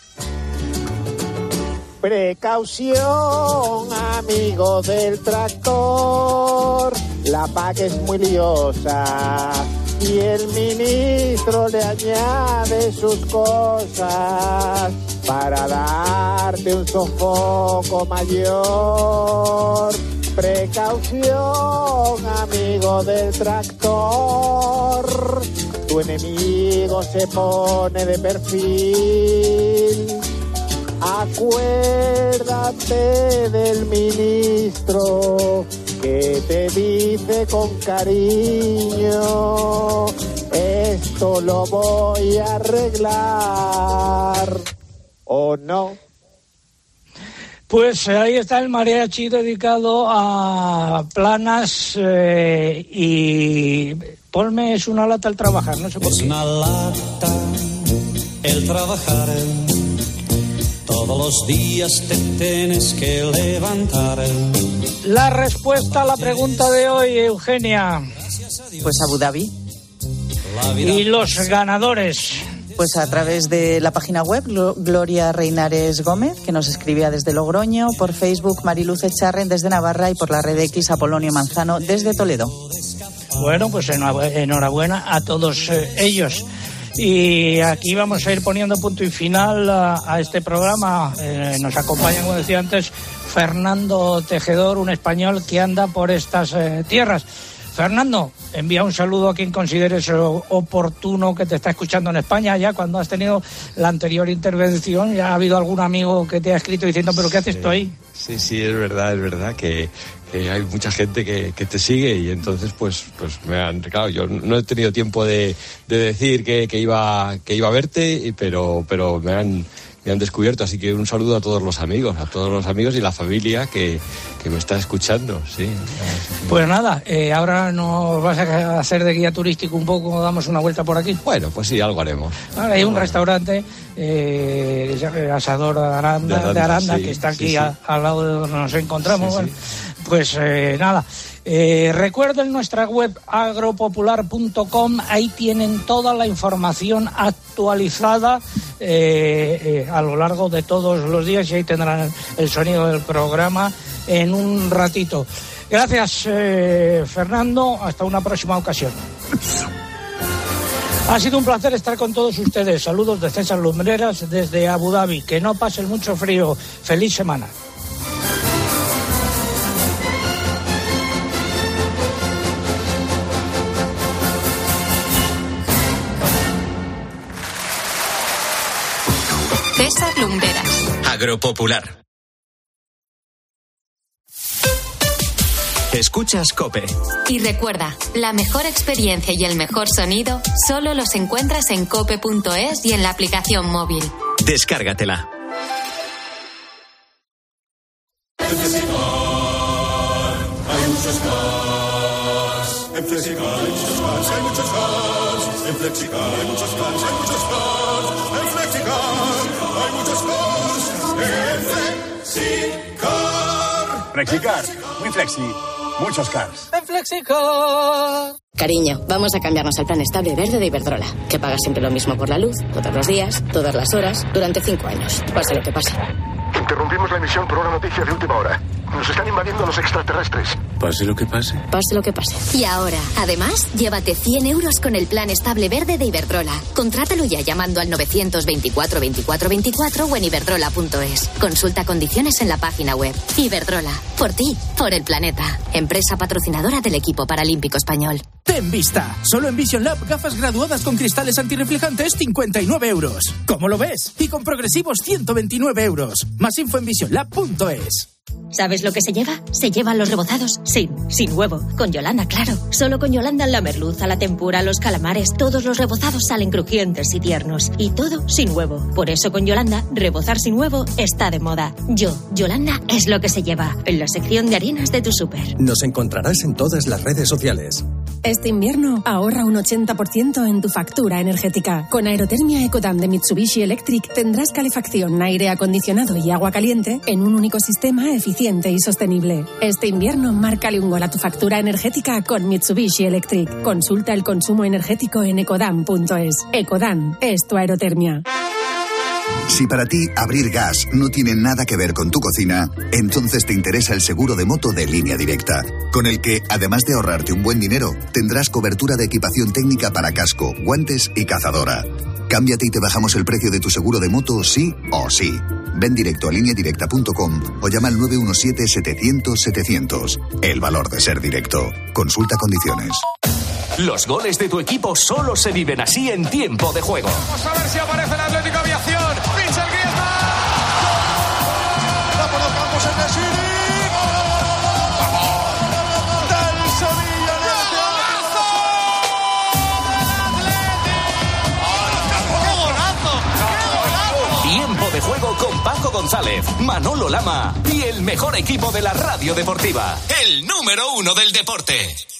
Speaker 10: Precaución, amigo del tractor, la PAC es muy liosa y el ministro le añade sus cosas para darte un sofoco mayor. Precaución, amigo del tractor, tu enemigo se pone de perfil. Acuérdate del ministro que te dice con cariño, esto lo voy a arreglar, ¿o no?
Speaker 1: Pues ahí está el mariachi dedicado a Planas y ponme es una lata el trabajar, no sé por qué.
Speaker 12: Es una lata el trabajar, todos los días te tienes que levantar.
Speaker 1: La respuesta a la pregunta de hoy, Eugenia.
Speaker 5: Pues Abu Dhabi.
Speaker 1: Y los ganadores.
Speaker 5: Pues a través de la página web, Gloria Reinares Gómez, que nos escribía desde Logroño, por Facebook, Mariluz Echarren desde Navarra y por la red X, Apolonio Manzano desde Toledo.
Speaker 1: Bueno, pues enhorabuena a todos ellos. Y aquí vamos a ir poniendo punto y final a este programa. Nos acompaña, como decía antes, Fernando Tejedor, un español que anda por estas tierras. Fernando, envía un saludo a quien consideres oportuno que te está escuchando en España. Ya cuando has tenido la anterior intervención, ya ha habido algún amigo que te ha escrito diciendo, ¿pero qué haces tú ahí?
Speaker 13: Sí, es verdad que hay mucha gente que te sigue y entonces pues claro, yo no he tenido tiempo de decir que iba a verte, pero me han descubierto, así que un saludo a todos los amigos y la familia que me está escuchando, sí.
Speaker 1: Pues nada, ahora nos vas a hacer de guía turístico un poco, damos una vuelta por aquí.
Speaker 13: Bueno, pues sí, algo haremos.
Speaker 1: Ahora hay un restaurante, Asador de Aranda, sí, que está aquí al lado de donde nos encontramos. Sí, bueno, pues nada. Recuerden nuestra web agropopular.com, ahí tienen toda la información actualizada a lo largo de todos los días y ahí tendrán el sonido del programa en un ratito. Gracias, Fernando, hasta una próxima ocasión. Ha sido un placer estar con todos ustedes. Saludos de César Lumbreras desde Abu Dhabi. Que no pasen mucho frío. Feliz semana.
Speaker 21: César Lumbreras.
Speaker 22: Agropopular. Escuchas COPE.
Speaker 21: Y recuerda, la mejor experiencia y el mejor sonido solo los encuentras en cope.es y en la aplicación móvil.
Speaker 22: Descárgatela.
Speaker 7: En Flexicar hay muchos cars. En Flexicar hay muchos cars, hay muchos cars. En Flexicar hay muchos cars, hay muchos cars. En Flexicar hay muchos cars. En Flexicar.
Speaker 14: Flexicar, muy flexi. Muchos cars.
Speaker 1: En Flexicar.
Speaker 15: Cariño, vamos a cambiarnos al plan estable verde de Iberdrola, que paga siempre lo mismo por la luz, todos los días, todas las horas, durante 5 años, pase lo que pase.
Speaker 16: Interrumpimos la emisión por una noticia de última hora. Nos están invadiendo los extraterrestres.
Speaker 14: Pase lo que pase.
Speaker 15: Pase lo que pase.
Speaker 21: Y ahora, además, llévate 100 euros con el plan estable verde de Iberdrola. Contrátalo ya llamando al 924 24 24 o en iberdrola.es. Consulta condiciones en la página web. Iberdrola. Por ti, por el planeta. Empresa patrocinadora del equipo paralímpico español.
Speaker 26: Ten vista. Solo en Vision Lab, gafas graduadas con cristales antirreflejantes, 59 euros. ¿Cómo lo ves? Y con progresivos, 129 euros. Más info en visionlab.es.
Speaker 21: ¿Sabes lo que se lleva? Se llevan los rebozados sin huevo. Con Yolanda, claro. Solo con Yolanda la merluza, la tempura, los calamares, todos los rebozados salen crujientes y tiernos. Y todo sin huevo. Por eso con Yolanda, rebozar sin huevo está de moda. Yolanda es lo que se lleva. En la sección de harinas de tu súper.
Speaker 17: Nos encontrarás en todas las redes sociales. Este invierno ahorra un 80% en tu factura energética. Con Aerotermia Ecodan de Mitsubishi Electric tendrás calefacción, aire acondicionado y agua caliente en un único sistema eficiente y sostenible. Este invierno márcale un gol a tu factura energética con Mitsubishi Electric. Consulta el consumo energético en ecodan.es. Ecodan es tu aerotermia.
Speaker 18: Si para ti abrir gas no tiene nada que ver con tu cocina, entonces te interesa el seguro de moto de Línea Directa, con el que, además de ahorrarte un buen dinero, tendrás cobertura de equipación técnica para casco, guantes y cazadora. Cámbiate y te bajamos el precio de tu seguro de moto sí o sí. Ven directo a lineadirecta.com o llama al 917-700-700. El valor de ser directo. Consulta condiciones.
Speaker 19: Los goles de tu equipo solo se viven así en tiempo de juego.
Speaker 20: Vamos a ver si aparece el Atlético Aviación. Pincha el Griezmann. La por los campos en el City. Del Sevilla.
Speaker 19: Tiempo de juego con Paco González, Manolo Lama y el mejor equipo de la radio deportiva. El número 1 del deporte.